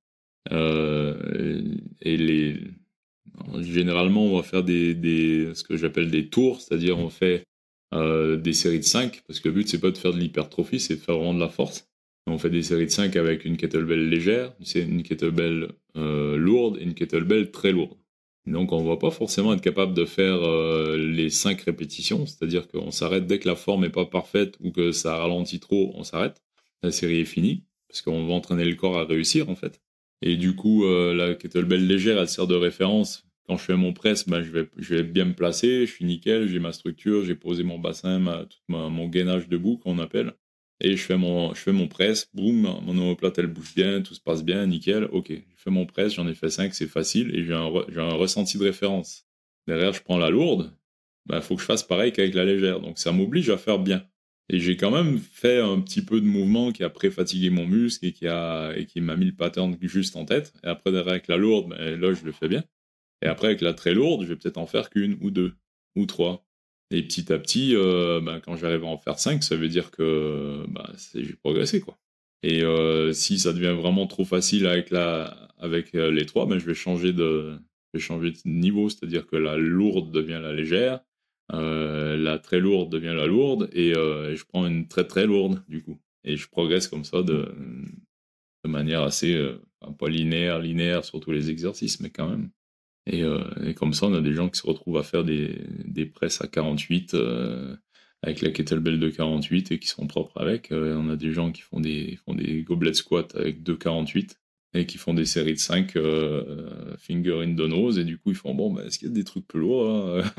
Et généralement, on va faire ce que j'appelle des tours, c'est-à-dire on fait des séries de 5, parce que le but, c'est pas de faire de l'hypertrophie, c'est de faire vraiment de la force. On fait des séries de 5 avec une kettlebell légère, c'est une kettlebell lourde et une kettlebell très lourde. Donc on va pas forcément être capable de faire les 5 répétitions, c'est-à-dire qu'on s'arrête dès que la forme est pas parfaite ou que ça ralentit trop, on s'arrête. La série est finie, parce qu'on va entraîner le corps à réussir en fait. Et du coup, la kettlebell légère, elle sert de référence. Quand je fais mon press, je vais bien me placer, je suis nickel, j'ai ma structure, j'ai posé mon bassin, mon gainage debout qu'on appelle. Et je fais mon press, boum, mon omoplate elle bouge bien, tout se passe bien, nickel, ok. Je fais mon press, j'en ai fait 5, c'est facile, et j'ai un ressenti de référence. Derrière, je prends la lourde, faut que je fasse pareil qu'avec la légère. Donc ça m'oblige à faire bien. Et j'ai quand même fait un petit peu de mouvement qui a pré-fatigué mon muscle et qui m'a mis le pattern juste en tête. Et après, derrière, avec la lourde, là, je le fais bien. Et après, avec la très lourde, je vais peut-être en faire qu'une ou deux ou trois. Et petit à petit, quand j'arrive à en faire 5, ça veut dire que j'ai progressé, quoi. Et si ça devient vraiment trop facile avec les 3, je vais changer de niveau, c'est-à-dire que la lourde devient la légère, la très lourde devient la lourde, et je prends une très très lourde, du coup. Et je progresse comme ça de manière assez, pas linéaire sur tous les exercices, mais quand même. Et comme ça, on a des gens qui se retrouvent à faire des presses à 48 avec la kettlebell de 48 et qui sont propres avec. On a des gens qui font des goblet squats avec 2,48 et qui font des séries de 5 finger in the nose, et du coup ils font est-ce qu'il y a des trucs plus lourds là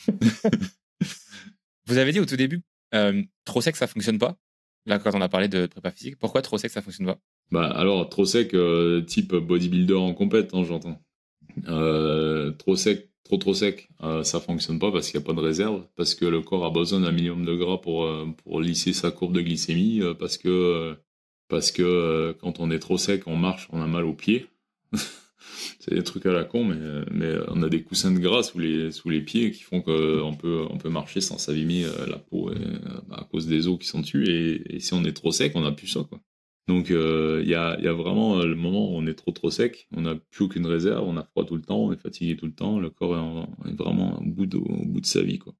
Vous avez dit au tout début, trop sec ça fonctionne pas. Là, quand on a parlé de prépa physique, pourquoi trop sec ça fonctionne pas? Alors trop sec, type bodybuilder en compète, hein, j'entends. Trop sec, trop sec, ça fonctionne pas parce qu'il n'y a pas de réserve, parce que le corps a besoin d'un minimum de gras pour lisser sa courbe de glycémie, parce que quand on est trop sec, on marche, on a mal aux pieds. C'est des trucs à la con, mais on a des coussins de gras sous les pieds qui font qu'on peut marcher sans s'abîmer la peau à cause des os qui sont dessus, et si on est trop sec, on n'a plus ça, quoi. Donc il y a vraiment le moment où on est trop sec, on n'a plus aucune réserve, on a froid tout le temps, on est fatigué tout le temps, le corps est vraiment au bout de sa vie, quoi.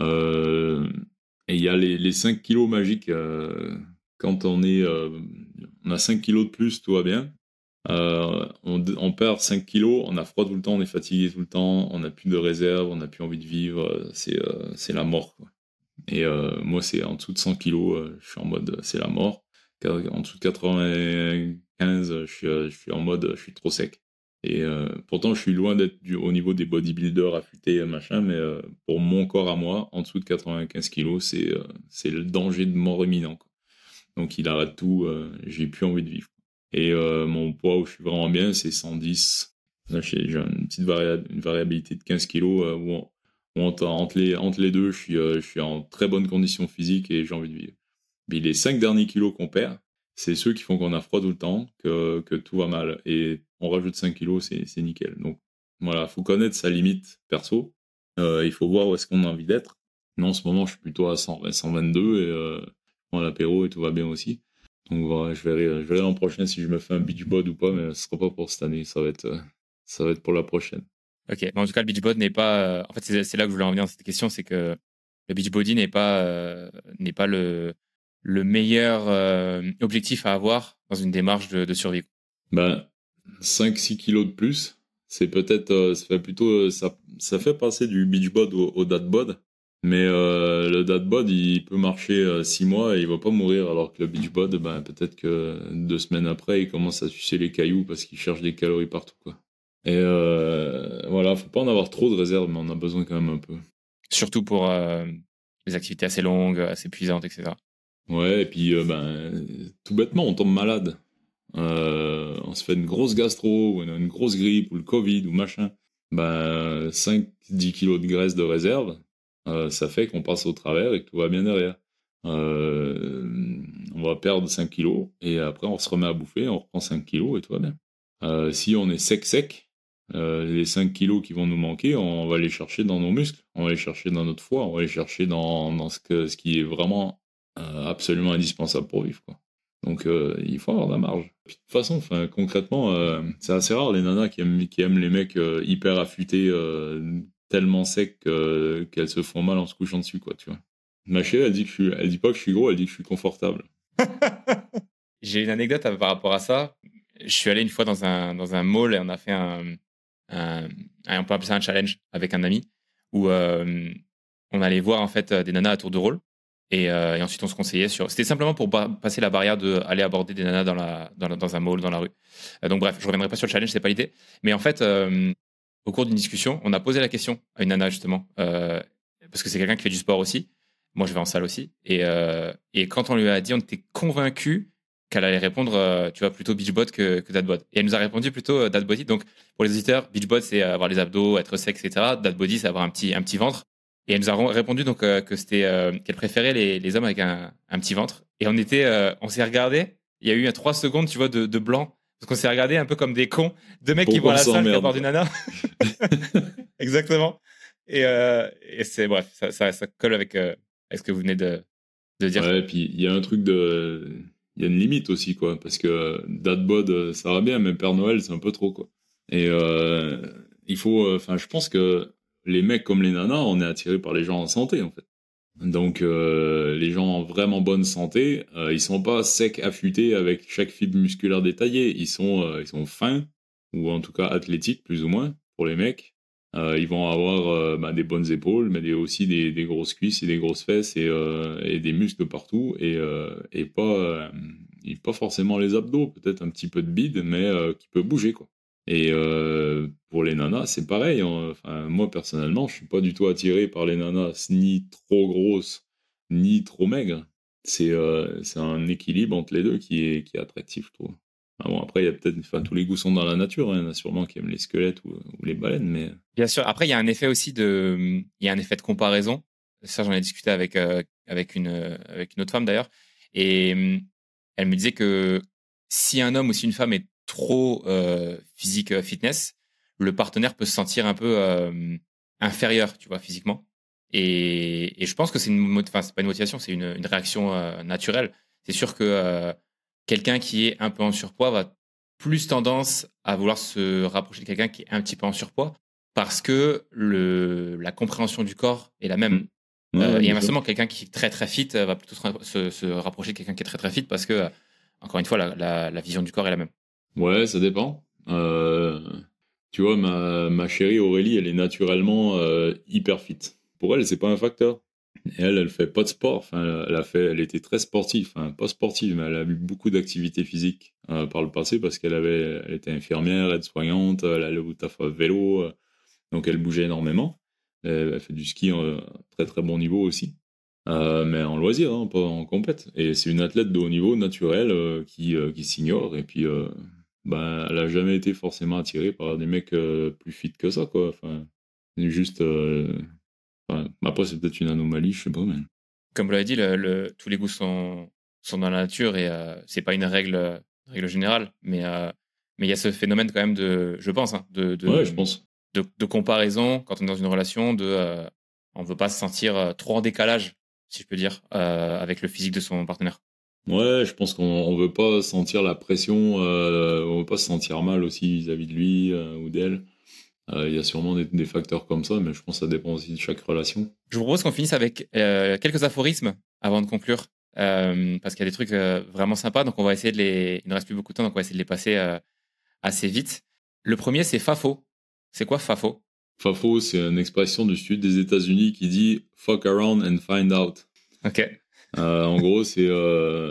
Et il y a les 5 kilos magiques, quand on a 5 kilos de plus, tout va bien. On perd 5 kilos, on a froid tout le temps, on est fatigué tout le temps, on n'a plus de réserve, on n'a plus envie de vivre, c'est la mort, quoi. Et moi, c'est en dessous de 100 kilos, je suis en mode c'est la mort. En dessous de 95, je suis en mode je suis trop sec. Et pourtant, je suis loin d'être au niveau des bodybuilders affûtés, machin, mais pour mon corps à moi, en dessous de 95 kilos, c'est le danger de mort imminent, quoi. Donc il arrête tout, j'ai plus envie de vivre. Et mon poids où je suis vraiment bien, c'est 110. Là, j'ai une petite une variabilité de 15 kilos où entre les deux, je suis en très bonne condition physique et j'ai envie de vivre. Mais les 5 derniers kilos qu'on perd, c'est ceux qui font qu'on a froid tout le temps, que tout va mal. Et on rajoute 5 kilos, c'est nickel. Donc voilà, faut connaître sa limite perso. Il faut voir où est-ce qu'on a envie d'être. Non, en ce moment, je suis plutôt à 120, 122 et je prends l'apéro et tout va bien aussi. Donc voilà, je verrai l'an prochain si je me fais un beachbody ou pas, mais ce sera pas pour cette année, ça va être pour la prochaine. Ok, mais en tout cas, le beachbody n'est pas. En fait, c'est là que je voulais en venir dans cette question, c'est que le beachbody n'est pas le meilleur objectif à avoir dans une démarche de survie. 5-6 kilos de plus, c'est peut-être, ça fait plutôt, ça fait passer du beachbody au dadbod, mais le dadbod, il peut marcher 6 mois et il va pas mourir, alors que le beachbody, peut-être que 2 semaines après, il commence à sucer les cailloux parce qu'il cherche des calories partout, quoi. Et voilà, faut pas en avoir trop de réserves, mais on a besoin quand même un peu. Surtout pour les activités assez longues, assez épuisantes, etc. Ouais, et puis tout bêtement, on tombe malade. On se fait une grosse gastro, ou une grosse grippe, ou le Covid, ou machin. 5-10 kilos de graisse de réserve, ça fait qu'on passe au travers et que tout va bien derrière. On va perdre 5 kilos, et après on se remet à bouffer, on reprend 5 kilos, et tout va bien. Si on est sec, les 5 kilos qui vont nous manquer, on va les chercher dans nos muscles, on va les chercher dans notre foie, on va les chercher dans ce qui est vraiment absolument indispensable pour vivre, quoi. Donc il faut avoir de la marge. Puis, de toute façon, concrètement, c'est assez rare les nanas qui aiment les mecs hyper affûtés, tellement secs qu'elles se font mal en se couchant dessus, quoi, tu vois. Ma chérie, elle dit pas que je suis gros, elle dit que je suis confortable. J'ai une anecdote par rapport à ça. Je suis allé une fois dans un mall et on a fait on peut appeler ça un challenge avec un ami où on allait voir en fait des nanas à tour de rôle et ensuite on se conseillait sur. C'était simplement pour passer la barrière de aller aborder des nanas dans un mall, dans la rue. Donc bref, je reviendrai pas sur le challenge, c'est pas l'idée. Mais en fait, au cours d'une discussion, on a posé la question à une nana justement parce que c'est quelqu'un qui fait du sport aussi. Moi, je vais en salle aussi. Et quand on lui a dit, on était convaincu qu'elle allait répondre, tu vois, plutôt beachbody que dadbody. Et elle nous a répondu plutôt dadbody. Donc, pour les auditeurs, beachbody, c'est avoir les abdos, être sec, etc. Dadbody, c'est avoir un petit ventre. Et elle nous a répondu donc que c'était qu'elle préférait les hommes avec un petit ventre. Et on s'est regardé. Il y a eu 3 secondes, tu vois, de blanc. Parce qu'on s'est regardé un peu comme des cons. Deux mecs qui vont Pourquoi à on la salle, qui s'emmerde, abordent une nana. Exactement. Et c'est bref, ça colle avec ce que vous venez de dire. Ouais, et puis il y a un truc de. Il y a une limite aussi, quoi. Parce que Dadbod, ça va bien, mais Père Noël, c'est un peu trop, quoi. Et il faut. Enfin, je pense que les mecs comme les nanas, on est attirés par les gens en santé, en fait. Donc, les gens en vraiment bonne santé, ils sont pas secs, affûtés avec chaque fibre musculaire détaillée. Ils sont fins, ou en tout cas athlétiques, plus ou moins, pour les mecs. Ils vont avoir des bonnes épaules, mais aussi des grosses cuisses et des grosses fesses et des muscles partout et pas forcément les abdos, peut-être un petit peu de bide, mais qui peut bouger, quoi. Et pour les nanas, c'est pareil, hein. Enfin, moi personnellement, je suis pas du tout attiré par les nanas ni trop grosses ni trop maigres. C'est un équilibre entre les deux qui est attractif, je trouve. Ah bon, après, il y a peut-être, enfin, tous les goûts sont dans la nature, hein. Il y en a sûrement qui aiment les squelettes ou les baleines, mais. Bien sûr. Après, il y a un effet aussi il y a un effet de comparaison. Ça, j'en ai discuté avec une autre femme d'ailleurs. Et elle me disait que si un homme ou si une femme est trop physique fitness, le partenaire peut se sentir un peu inférieur, tu vois, physiquement. Et je pense que enfin, c'est pas une motivation, c'est une réaction naturelle. C'est sûr que quelqu'un qui est un peu en surpoids va plus tendance à vouloir se rapprocher de quelqu'un qui est un petit peu en surpoids parce que la compréhension du corps est la même. Ouais, Et bien sûr. inversement, quelqu'un qui est très très fit va plutôt se rapprocher de quelqu'un qui est très très fit parce que, encore une fois, la vision du corps est la même. Ouais, ça dépend. Tu vois, ma chérie Aurélie, elle est naturellement hyper fit. Pour elle, c'est pas un facteur. Et elle fait pas de sport. Enfin, elle était très sportive. Enfin, pas sportive, mais elle a eu beaucoup d'activités physiques par le passé parce elle était infirmière, aide-soignante, elle allait au taf à vélo, donc elle bougeait énormément. Elle fait du ski très très bon niveau aussi. Mais en loisir, hein, pas en compète. Et c'est une athlète de haut niveau, naturelle, qui s'ignore. Et puis, elle a jamais été forcément attirée par des mecs plus fit que ça, quoi. Enfin, c'est juste. Après, c'est peut-être une anomalie, je sais pas, mais. Comme vous l'avez dit, tous les goûts sont dans la nature et c'est pas une règle générale, mais il y a ce phénomène quand même je pense, hein, Ouais, je pense. de comparaison quand on est dans une relation, on veut pas se sentir trop en décalage, si je peux dire, avec le physique de son partenaire. Ouais, je pense qu'on veut pas sentir la pression, on veut pas se sentir mal aussi vis-à-vis de lui ou d'elle. Il y a sûrement des facteurs comme ça, mais je pense que ça dépend aussi de chaque relation. Je vous propose qu'on finisse avec quelques aphorismes avant de conclure, parce qu'il y a des trucs vraiment sympas, donc on va essayer il ne reste plus beaucoup de temps, donc on va essayer de les passer assez vite. Le premier, c'est Fafo. C'est quoi Fafo? Fafo, c'est une expression du sud des États-Unis qui dit fuck around and find out. Ok. En gros,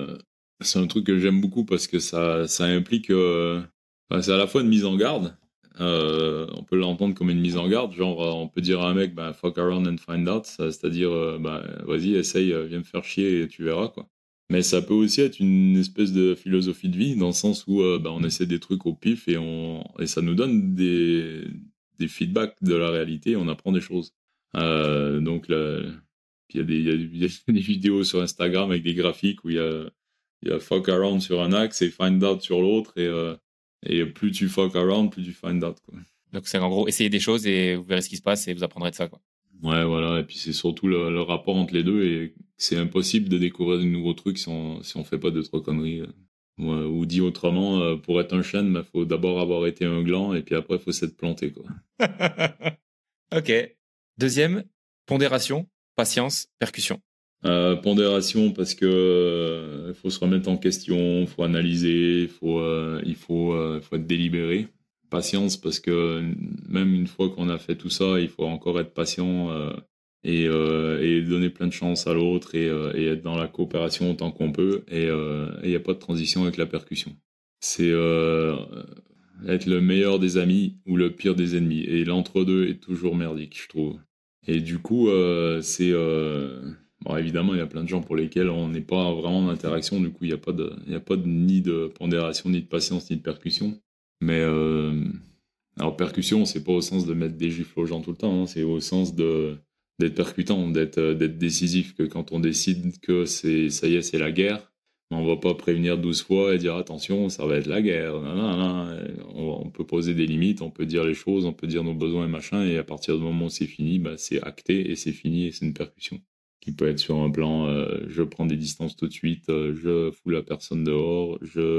c'est un truc que j'aime beaucoup parce que ça implique. C'est à la fois une mise en garde, on peut l'entendre comme une mise en garde, genre on peut dire à un mec, bah, fuck around and find out, c'est-à-dire, bah, vas-y, essaye, viens me faire chier et tu verras, quoi. Mais ça peut aussi être une espèce de philosophie de vie, dans le sens où bah, on essaie des trucs au pif et ça nous donne des feedbacks de la réalité et on apprend des choses. Donc, il y a des vidéos sur Instagram avec des graphiques où il y a fuck around sur un axe et find out sur l'autre. Et plus tu fuck around, plus tu find out, quoi. Donc c'est en gros, essayez des choses et vous verrez ce qui se passe et vous apprendrez de ça, quoi. Ouais, voilà. Et puis c'est surtout le rapport entre les deux. Et c'est impossible de découvrir de nouveaux trucs si on fait pas deux, trois conneries. Ouais, ou dit autrement, pour être un chêne, il faut d'abord avoir été un gland et puis après, il faut s'être planté, quoi. Ok. Deuxième, pondération, patience, percussion. Pondération parce que il faut se remettre en question, faut analyser, faut être délibéré. Patience parce que même une fois qu'on a fait tout ça, il faut encore être patient et donner plein de chance à l'autre et être dans la coopération autant qu'on peut. Et il n'y a pas de transition avec la percussion. C'est être le meilleur des amis ou le pire des ennemis. Et l'entre-deux est toujours merdique, je trouve. Et du coup, bon, évidemment, il y a plein de gens pour lesquels on n'est pas vraiment en interaction. Du coup, il y a pas ni de pondération, ni de patience, ni de percussion. Mais alors, percussion, c'est pas au sens de mettre des gifles aux gens tout le temps. Hein, c'est au sens d'être percutant, d'être décisif. Que quand on décide que ça y est, c'est la guerre, on va pas prévenir 12 fois et dire attention, ça va être la guerre. Nan, nan, nan. On peut poser des limites, on peut dire les choses, on peut dire nos besoins et machin. Et à partir du moment où c'est fini, bah, c'est acté et c'est fini et c'est une percussion. Qui peut être sur un plan, je prends des distances tout de suite, je fous la personne dehors,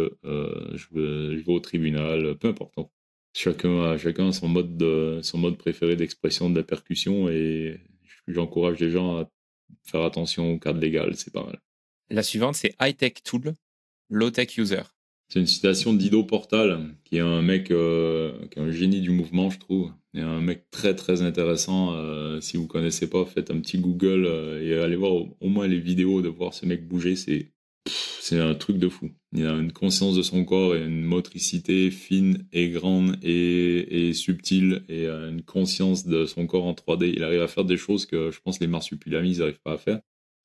je vais au tribunal, peu importe. Hein. Chacun a son mode préféré d'expression de la percussion et j'encourage les gens à faire attention au cadre légal, c'est pas mal. La suivante, c'est high-tech tool, low-tech user. C'est une citation d'Ido Portal, qui est un mec, qui est un génie du mouvement, je trouve. Et un mec très très intéressant. Si vous connaissez pas, faites un petit Google et allez voir au moins les vidéos de voir ce mec bouger. C'est un truc de fou. Il a une conscience de son corps et une motricité fine et grande et subtile et une conscience de son corps en 3D. Il arrive à faire des choses que je pense les marsupilamis n'arrivent pas à faire.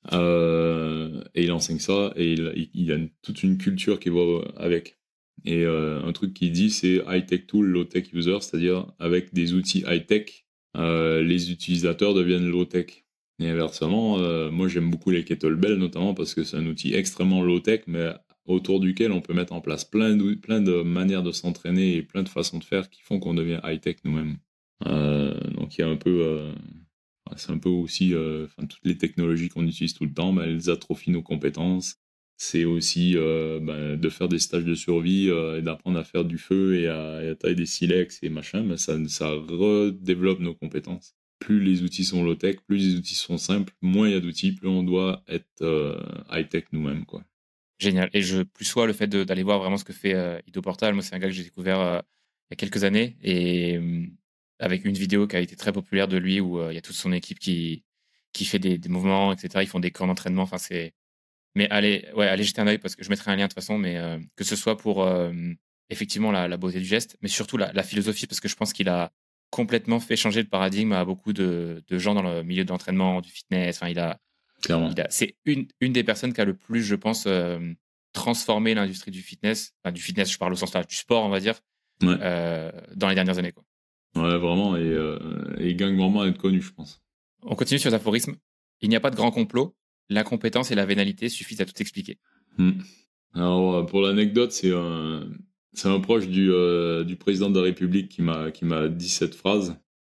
Et il enseigne ça et il a toute une culture qui va avec. Et un truc qu'il dit, c'est high-tech tool, low-tech user, c'est-à-dire avec des outils high-tech, les utilisateurs deviennent low-tech. Et inversement, moi j'aime beaucoup les kettlebells notamment parce que c'est un outil extrêmement low-tech, mais autour duquel on peut mettre en place plein de manières de s'entraîner et plein de façons de faire qui font qu'on devient high-tech nous-mêmes. Donc il y a un peu... c'est un peu aussi toutes les technologies qu'on utilise tout le temps, elles atrophient nos compétences. C'est aussi de faire des stages de survie et d'apprendre à faire du feu et à tailler des silex et machin, mais ça redéveloppe nos compétences. Plus les outils sont low-tech, plus les outils sont simples, moins il y a d'outils, plus on doit être high-tech nous-mêmes, quoi. Génial. Et plus soit le fait d'aller voir vraiment ce que fait Ido Portal. Moi, c'est un gars que j'ai découvert il y a quelques années et avec une vidéo qui a été très populaire de lui où il y a toute son équipe qui fait des mouvements, etc. Ils font des camps d'entraînement. Enfin, mais allez jeter un œil parce que je mettrai un lien de toute façon, mais que ce soit pour effectivement la beauté du geste, mais surtout la philosophie, parce que je pense qu'il a complètement fait changer le paradigme à beaucoup de gens dans le milieu de l'entraînement, du fitness. Enfin, c'est une des personnes qui a le plus, je pense, transformé l'industrie du fitness. Enfin, du fitness, je parle au sens large, du sport, on va dire, Ouais. dans les dernières années, quoi. Ouais, vraiment, et il gagne vraiment à être connu, je pense. On continue sur les aphorismes. Il n'y a pas de grand complot. L'incompétence et la vénalité suffisent à tout expliquer. Alors, pour l'anecdote, c'est un proche du président de la République qui m'a dit cette phrase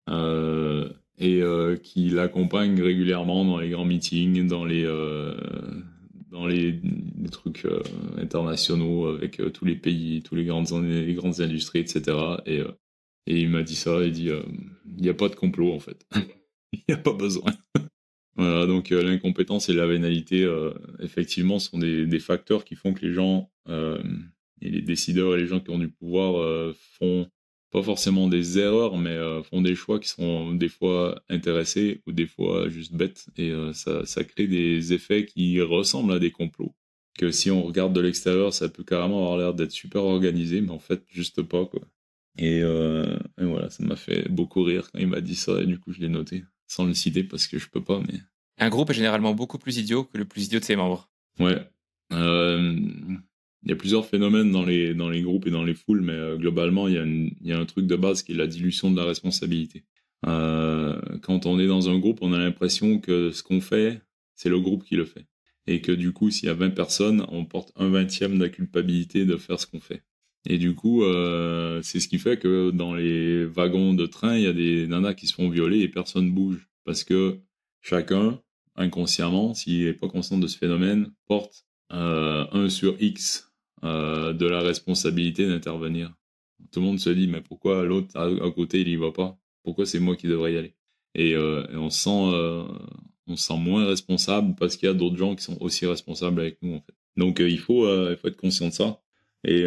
et qui l'accompagne régulièrement dans les grands meetings, dans les trucs internationaux avec tous les pays, les grandes industries, etc. Et il m'a dit ça, il dit il n'y a pas de complot en fait. Il n'y a pas besoin. Voilà, donc l'incompétence et la vénalité, effectivement, sont des facteurs qui font que les gens, et les décideurs et les gens qui ont du pouvoir font pas forcément des erreurs, mais font des choix qui sont des fois intéressés ou des fois juste bêtes. Et ça crée des effets qui ressemblent à des complots. Que si on regarde de l'extérieur, ça peut carrément avoir l'air d'être super organisé, mais en fait, juste pas, quoi. Et voilà, ça m'a fait beaucoup rire quand il m'a dit ça, et du coup, je l'ai noté, sans le citer parce que je peux pas, mais... Un groupe est généralement beaucoup plus idiot que le plus idiot de ses membres. Ouais. Il y a plusieurs phénomènes dans les groupes et dans les foules, mais globalement, il y a un truc de base qui est la dilution de la responsabilité. Quand on est dans un groupe, on a l'impression que ce qu'on fait, c'est le groupe qui le fait. Et que du coup, s'il y a 20 personnes, on porte 1/20 de la culpabilité de faire ce qu'on fait. Et du coup, c'est ce qui fait que dans les wagons de train, il y a des nanas qui se font violer et personne bouge. Parce que chacun, inconsciemment, s'il n'est pas conscient de ce phénomène, porte 1 sur X de la responsabilité d'intervenir. Tout le monde se dit, mais pourquoi l'autre à côté, il y va pas? Pourquoi c'est moi qui devrais y aller? Et on se sent moins responsable parce qu'il y a d'autres gens qui sont aussi responsables avec nous, en fait. Donc il faut être conscient de ça. Et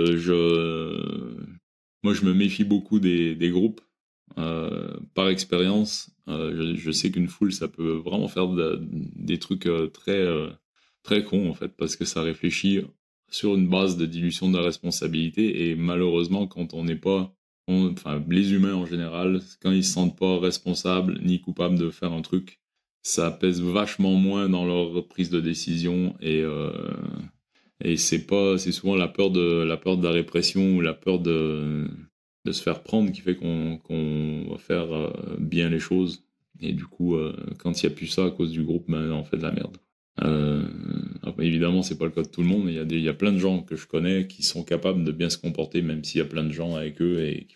moi, je me méfie beaucoup des groupes. Par expérience, je sais qu'une foule, ça peut vraiment faire des trucs très cons, en fait, parce que ça réfléchit sur une base de dilution de la responsabilité. Et malheureusement, quand on n'est pas, enfin, les humains en général, quand ils se sentent pas responsables ni coupables de faire un truc, ça pèse vachement moins dans leur prise de décision. Et c'est souvent la peur de la répression ou la peur de se faire prendre qui fait qu'on va faire bien les choses. Et du coup, quand il n'y a plus ça à cause du groupe, ben, on fait de la merde. Après, évidemment, c'est pas le cas de tout le monde. Il y a plein de gens que je connais qui sont capables de bien se comporter, même s'il y a plein de gens avec eux et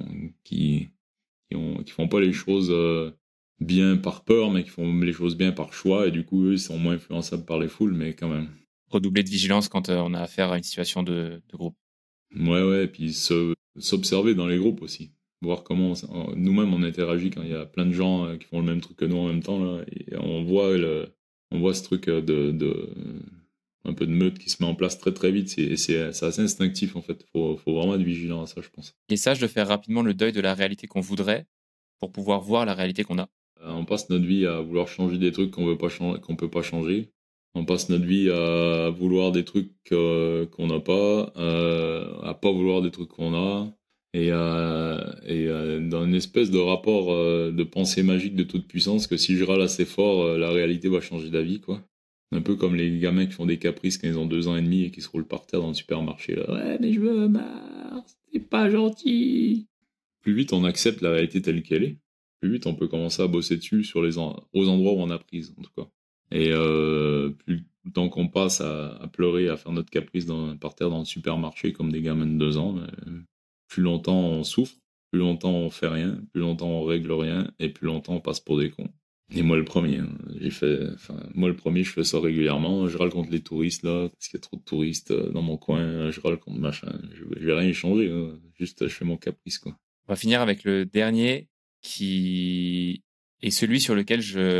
qui font pas les choses bien par peur, mais qui font les choses bien par choix. Et du coup, eux, ils sont moins influençables par les foules, mais quand même. Redoubler de vigilance quand on a affaire à une situation de groupe. Ouais, et puis s'observer dans les groupes aussi. Voir comment nous-mêmes on interagit quand il y a plein de gens qui font le même truc que nous en même temps, là, et on voit ce truc un peu de meute qui se met en place très très vite. C'est assez instinctif en fait. Faut vraiment être vigilant à ça, je pense. Il est sage de faire rapidement le deuil de la réalité qu'on voudrait pour pouvoir voir la réalité qu'on a. On passe notre vie à vouloir changer des trucs qu'on veut pas qu'on peut pas changer. On passe notre vie à vouloir des trucs qu'on n'a pas, à pas vouloir des trucs qu'on a, dans une espèce de rapport de pensée magique de toute puissance que si je râle assez fort, la réalité va changer d'avis, quoi. Un peu comme les gamins qui font des caprices quand ils ont 2 ans et demi et qui se roulent par terre dans le supermarché. Là. Ouais, mais je veux Mars, c'est pas gentil. Plus vite on accepte la réalité telle qu'elle est, plus vite on peut commencer à bosser dessus sur aux endroits où on a prise, en tout cas. Et plus le temps qu'on passe à pleurer, à faire notre caprice par terre dans le supermarché comme des gamins de 2 ans, plus longtemps on souffre, plus longtemps on fait rien, plus longtemps on règle rien, et plus longtemps on passe pour des cons. Et moi le premier, hein, moi le premier, je fais ça régulièrement. Je râle contre les touristes là, parce qu'il y a trop de touristes dans mon coin. Je râle contre machin. Je vais rien y changer, hein. Juste je fais mon caprice, quoi. On va finir avec le dernier qui est celui sur lequel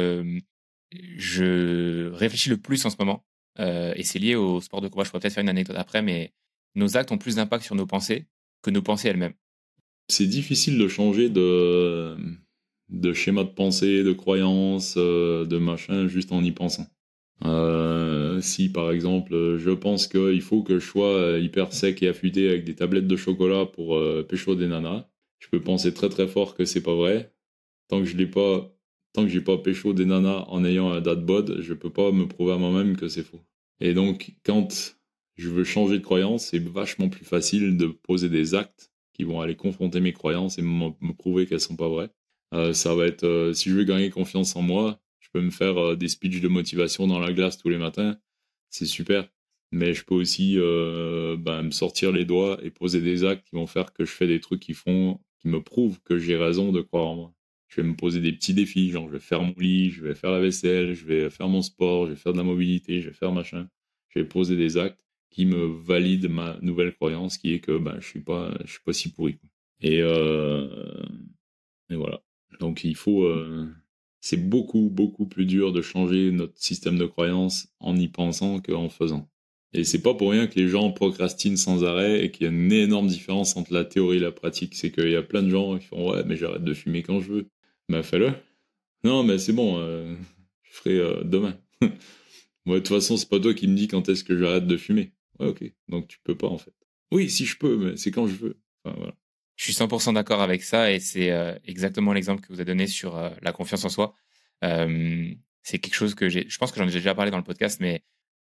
je réfléchis le plus en ce moment. Et c'est lié au sport de combat. Je pourrais peut-être faire une anecdote après, mais nos actes ont plus d'impact sur nos pensées que nos pensées elles-mêmes. C'est difficile de changer de schéma de pensée, de croyance, de machin, juste en y pensant. Si par exemple, je pense qu'il faut que je sois hyper sec et affûté avec des tablettes de chocolat pour pécho des nanas, je peux penser très très fort que c'est pas vrai. Tant que je l'ai pas, tant que j'ai pas pécho des nanas en ayant un dad bod, je peux pas me prouver à moi-même que c'est faux. Et donc, quand je veux changer de croyance, c'est vachement plus facile de poser des actes qui vont aller confronter mes croyances et me prouver qu'elles sont pas vraies. Ça va être, si je veux gagner confiance en moi, je peux me faire des speeches de motivation dans la glace tous les matins, c'est super. Mais je peux aussi me sortir les doigts et poser des actes qui vont faire que je fais des trucs qui me prouvent que j'ai raison de croire en moi. Je vais me poser des petits défis, genre je vais faire mon lit, je vais faire la vaisselle, je vais faire mon sport, je vais faire de la mobilité, je vais faire machin. Je vais poser des actes qui me valident ma nouvelle croyance qui est que je suis pas si pourri. Et, euh, et voilà. Donc c'est beaucoup, beaucoup plus dur de changer notre système de croyance en y pensant qu'en faisant. Et c'est pas pour rien que les gens procrastinent sans arrêt et qu'il y a une énorme différence entre la théorie et la pratique. C'est qu'il y a plein de gens qui font ouais, mais j'arrête de fumer quand je veux. Ben fais-le. Non, mais c'est bon, je ferai demain. Moi, de toute façon, c'est pas toi qui me dis quand est-ce que j'arrête de fumer. Ouais, ok. Donc tu peux pas en fait. Oui, si je peux, mais c'est quand je veux. Enfin, voilà. Je suis 100% d'accord avec ça et c'est exactement l'exemple que vous avez donné sur la confiance en soi. C'est quelque chose que je pense que j'en ai déjà parlé dans le podcast, mais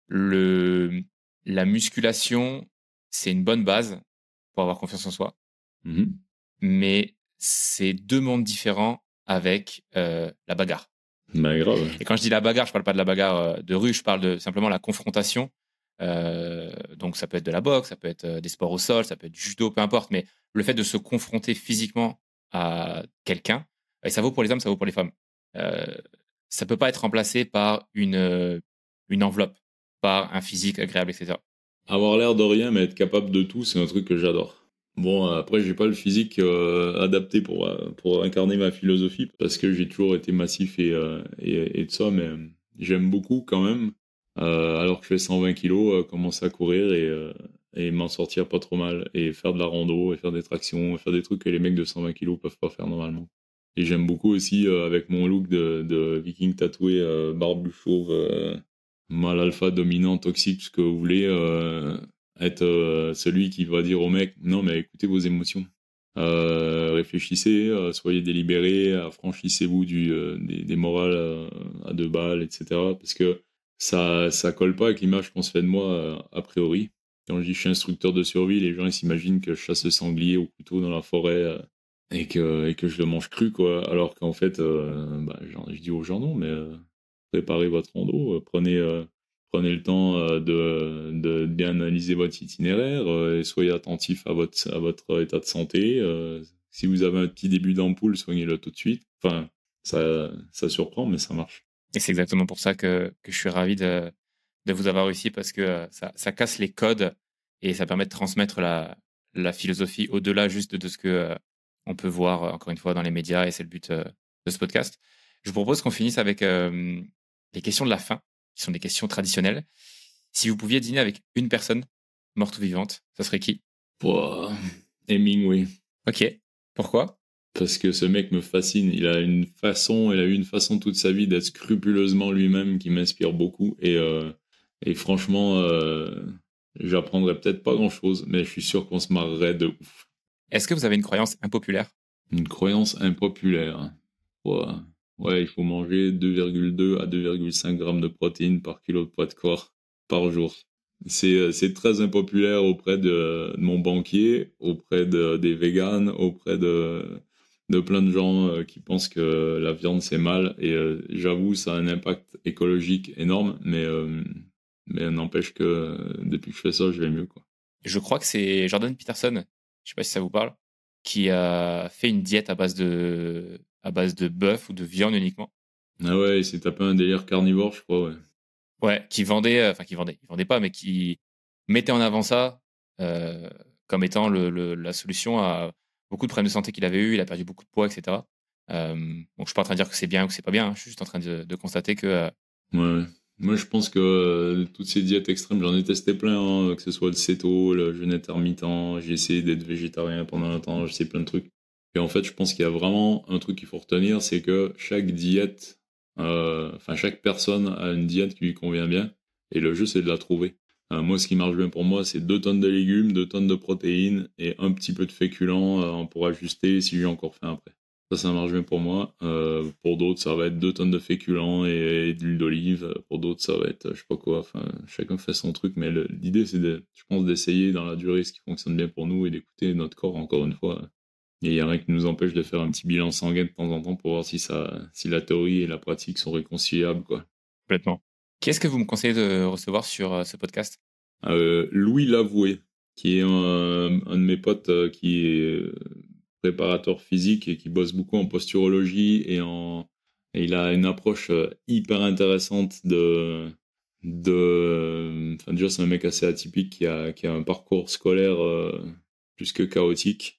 la musculation, c'est une bonne base pour avoir confiance en soi, mais c'est deux mondes différents avec la bagarre. Bah, grave. Et quand je dis la bagarre, je parle pas de la bagarre de rue, je parle de simplement la confrontation. Donc ça peut être de la boxe, ça peut être des sports au sol, ça peut être du judo, peu importe, mais le fait de se confronter physiquement à quelqu'un, et ça vaut pour les hommes, ça vaut pour les femmes, ça peut pas être remplacé par une enveloppe, par un physique agréable, etc. Avoir l'air de rien, mais être capable de tout, c'est un truc que j'adore. Bon, après, j'ai pas le physique adapté pour incarner ma philosophie, parce que j'ai toujours été massif et de ça, mais j'aime beaucoup quand même, alors que je fais 120 kilos, commencer à courir et m'en sortir pas trop mal, et faire de la rando, et faire des tractions, et faire des trucs que les mecs de 120 kilos peuvent pas faire normalement. Et j'aime beaucoup aussi, avec mon look de viking tatoué, barbu chauve, mâle alpha dominant, toxique, ce que vous voulez, être celui qui va dire au mec non mais écoutez vos émotions, réfléchissez, soyez délibérés, affranchissez-vous des morales à deux balles, etc. Parce que ça colle pas avec l'image qu'on se fait de moi a priori. Quand je dis je suis instructeur de survie, les gens ils s'imaginent que je chasse le sanglier au couteau dans la forêt et que je le mange cru, quoi, alors qu'en fait je dis aux gens non mais préparez votre rando, prenez le temps de bien analyser votre itinéraire et soyez attentif à votre état de santé. Si vous avez un petit début d'ampoule, soignez-le tout de suite. Enfin, ça surprend, mais ça marche. Et c'est exactement pour ça que je suis ravi de vous avoir réussi parce que ça casse les codes et ça permet de transmettre la philosophie au-delà juste de ce que on peut voir, encore une fois, dans les médias et c'est le but de ce podcast. Je vous propose qu'on finisse avec les questions de la fin, qui sont des questions traditionnelles. Si vous pouviez dîner avec une personne, morte ou vivante, ça serait qui? Pouah, Hemingway. Ok. Pourquoi? Parce que ce mec me fascine. Il a eu une façon toute sa vie d'être scrupuleusement lui-même qui m'inspire beaucoup. Et franchement, j'apprendrais peut-être pas grand-chose, mais je suis sûr qu'on se marrerait de ouf. Est-ce que vous avez une croyance impopulaire? Une croyance impopulaire. Ouais, ouais, il faut manger 2,2 à 2,5 grammes de protéines par kilo de poids de corps par jour. C'est très impopulaire auprès de mon banquier, auprès des véganes, auprès de plein de gens qui pensent que la viande c'est mal. Et j'avoue, ça a un impact écologique énorme, mais n'empêche que depuis que je fais ça, je vais mieux, quoi. Je crois que c'est Jordan Peterson, je sais pas si ça vous parle, qui a fait une diète à base de bœuf ou de viande uniquement. Ah ouais, il s'est tapé un délire carnivore, je crois, ouais. Ouais, il vendait pas, mais qui mettait en avant ça comme étant la solution à beaucoup de problèmes de santé qu'il avait eu. Il a perdu beaucoup de poids, etc. Donc je suis pas en train de dire que c'est bien ou que c'est pas bien. Je suis juste en train de constater que Ouais. Moi, je pense que toutes ces diètes extrêmes, j'en ai testé plein, hein, que ce soit le céto, le jeûne intermittent, j'ai essayé d'être végétarien pendant un temps, j'ai essayé plein de trucs. Et en fait, je pense qu'il y a vraiment un truc qu'il faut retenir, c'est que chaque diète, chaque personne a une diète qui lui convient bien, et le jeu, c'est de la trouver. Moi, ce qui marche bien pour moi, c'est 2 tonnes de légumes, 2 tonnes de protéines, et un petit peu de féculents pour ajuster si j'ai encore faim après. Ça marche bien pour moi. Pour d'autres, ça va être 2 tonnes de féculents et de l'huile d'olive. Pour d'autres, ça va être, je sais pas quoi. Enfin, chacun fait son truc, mais l'idée, c'est je pense, d'essayer dans la durée ce qui fonctionne bien pour nous et d'écouter notre corps, encore une fois. Et il n'y a rien qui nous empêche de faire un petit bilan sanguin de temps en temps pour voir si la théorie et la pratique sont réconciliables, quoi. complètement. Qui est-ce que vous me conseillez de recevoir sur ce podcast? Louis Lavoué, qui est un de mes potes qui est préparateur physique et qui bosse beaucoup en posturologie et il a une approche hyper intéressante enfin déjà c'est un mec assez atypique qui a un parcours scolaire plus que chaotique,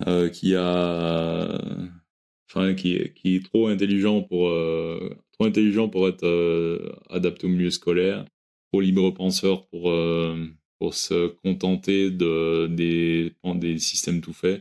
qui est trop intelligent pour être adapté au milieu scolaire, trop libre penseur pour se contenter des systèmes tout faits.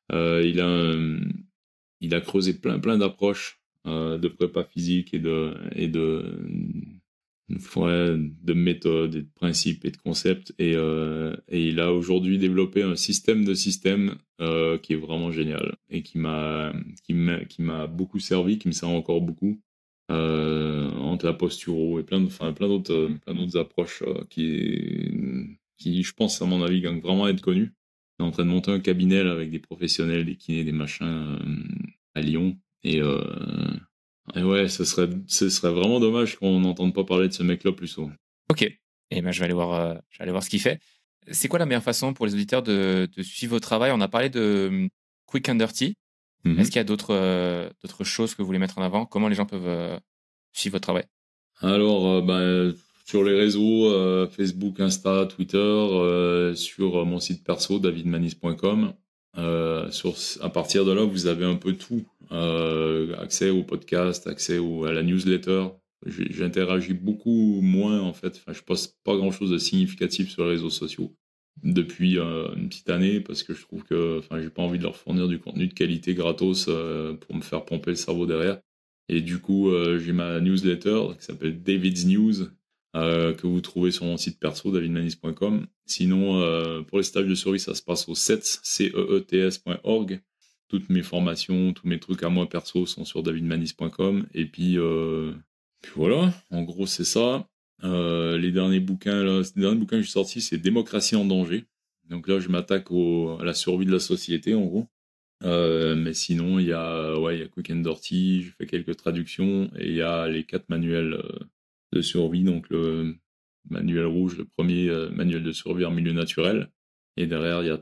Il a creusé plein d'approches de prépa physique et ouais, de méthodes et de principes et de concepts. Et il a aujourd'hui développé un système de systèmes qui est vraiment génial et qui m'a beaucoup servi, qui me sert encore beaucoup. Entre la posturo et plein d'autres approches qui, je pense, à mon avis, gagnent vraiment à être connues. Il est en train de monter un cabinet là, avec des professionnels, des kinés, des machins à Lyon. Et ouais, ce serait vraiment dommage qu'on n'entende pas parler de ce mec-là plus souvent. Ok. Et ben, je vais aller voir ce qu'il fait. C'est quoi la meilleure façon pour les auditeurs de suivre votre travail? On a parlé de Quick and Dirty. Est-ce qu'il y a d'autres choses que vous voulez mettre en avant? Comment les gens peuvent suivre votre travail? Alors, sur les réseaux, Facebook, Insta, Twitter, sur mon site perso, davidmanis.com. À partir de là, vous avez un peu tout. Accès au podcast, à la newsletter. J'interagis beaucoup moins, en fait. Enfin, je poste pas grand-chose de significatif sur les réseaux sociaux depuis une petite année parce que je trouve que j'ai pas envie de leur fournir du contenu de qualité gratos pour me faire pomper le cerveau derrière. Et du coup, j'ai ma newsletter qui s'appelle David's News, que vous trouvez sur mon site perso, davidmanis.com. Sinon, pour les stages de survie, ça se passe au CEETS.org. Toutes mes formations, tous mes trucs à moi perso sont sur davidmanis.com. Et puis voilà, en gros, c'est ça. Les derniers bouquins que j'ai sortis, c'est Démocratie en danger. Donc là, je m'attaque à la survie de la société, en gros. Mais sinon, il y a Quick and Dirty, je fais quelques traductions, et il y a les 4 manuels de survie. Donc le manuel rouge, le premier manuel de survie en milieu naturel. Et derrière, il y a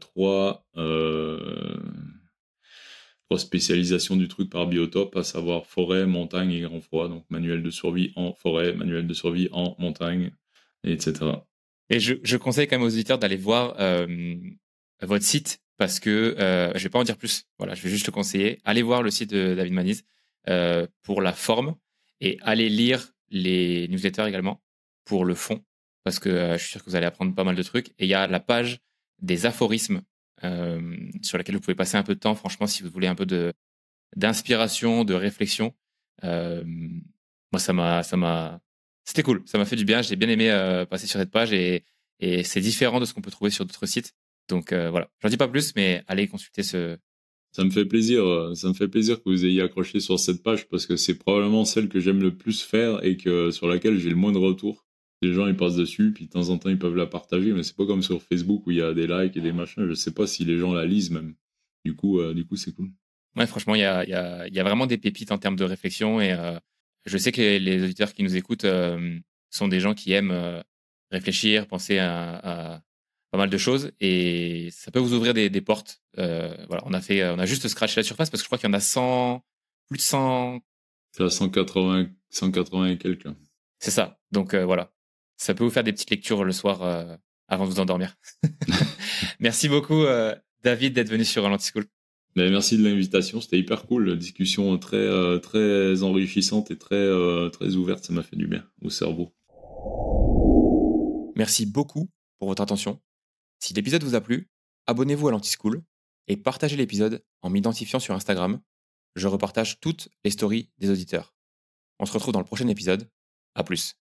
3 spécialisations du truc par biotope, à savoir forêt, montagne et grand froid. Donc manuel de survie en forêt, manuel de survie en montagne, etc. Et je conseille quand même aux auditeurs d'aller voir votre site parce que je vais pas en dire plus. Voilà, je vais juste le conseiller. Allez voir le site de David Maniz pour la forme et allez lire les newsletters également pour le fond parce que je suis sûr que vous allez apprendre pas mal de trucs. Et il y a la page des aphorismes sur laquelle vous pouvez passer un peu de temps. Franchement, si vous voulez un peu d'inspiration, de réflexion, moi c'était cool, ça m'a fait du bien, j'ai bien aimé passer sur cette page et c'est différent de ce qu'on peut trouver sur d'autres sites. Donc voilà, j'en dis pas plus, mais allez consulter ce. Ça me fait plaisir que vous ayez accroché sur cette page parce que c'est probablement celle que j'aime le plus faire et sur laquelle j'ai le moins de retours. Les gens ils passent dessus, puis de temps en temps ils peuvent la partager, mais c'est pas comme sur Facebook où il y a des likes et des machins. Je sais pas si les gens la lisent même. Du coup c'est cool. Ouais, franchement, il y a vraiment des pépites en termes de réflexion et je sais que les auditeurs qui nous écoutent sont des gens qui aiment réfléchir, penser à pas mal de choses et ça peut vous ouvrir des portes. Voilà, on a juste scratché la surface parce que je crois qu'il y en a plus de 100. C'est à 180 et quelques. C'est ça. Donc voilà, ça peut vous faire des petites lectures le soir avant de vous endormir. Merci beaucoup David d'être venu sur Ralenti School. Mais merci de l'invitation, c'était hyper cool, discussion très très enrichissante et très ouverte, ça m'a fait du bien au cerveau. Merci beaucoup pour votre attention. Si l'épisode vous a plu, abonnez-vous à l'Anti-School et partagez l'épisode en m'identifiant sur Instagram. Je repartage toutes les stories des auditeurs. On se retrouve dans le prochain épisode. À plus.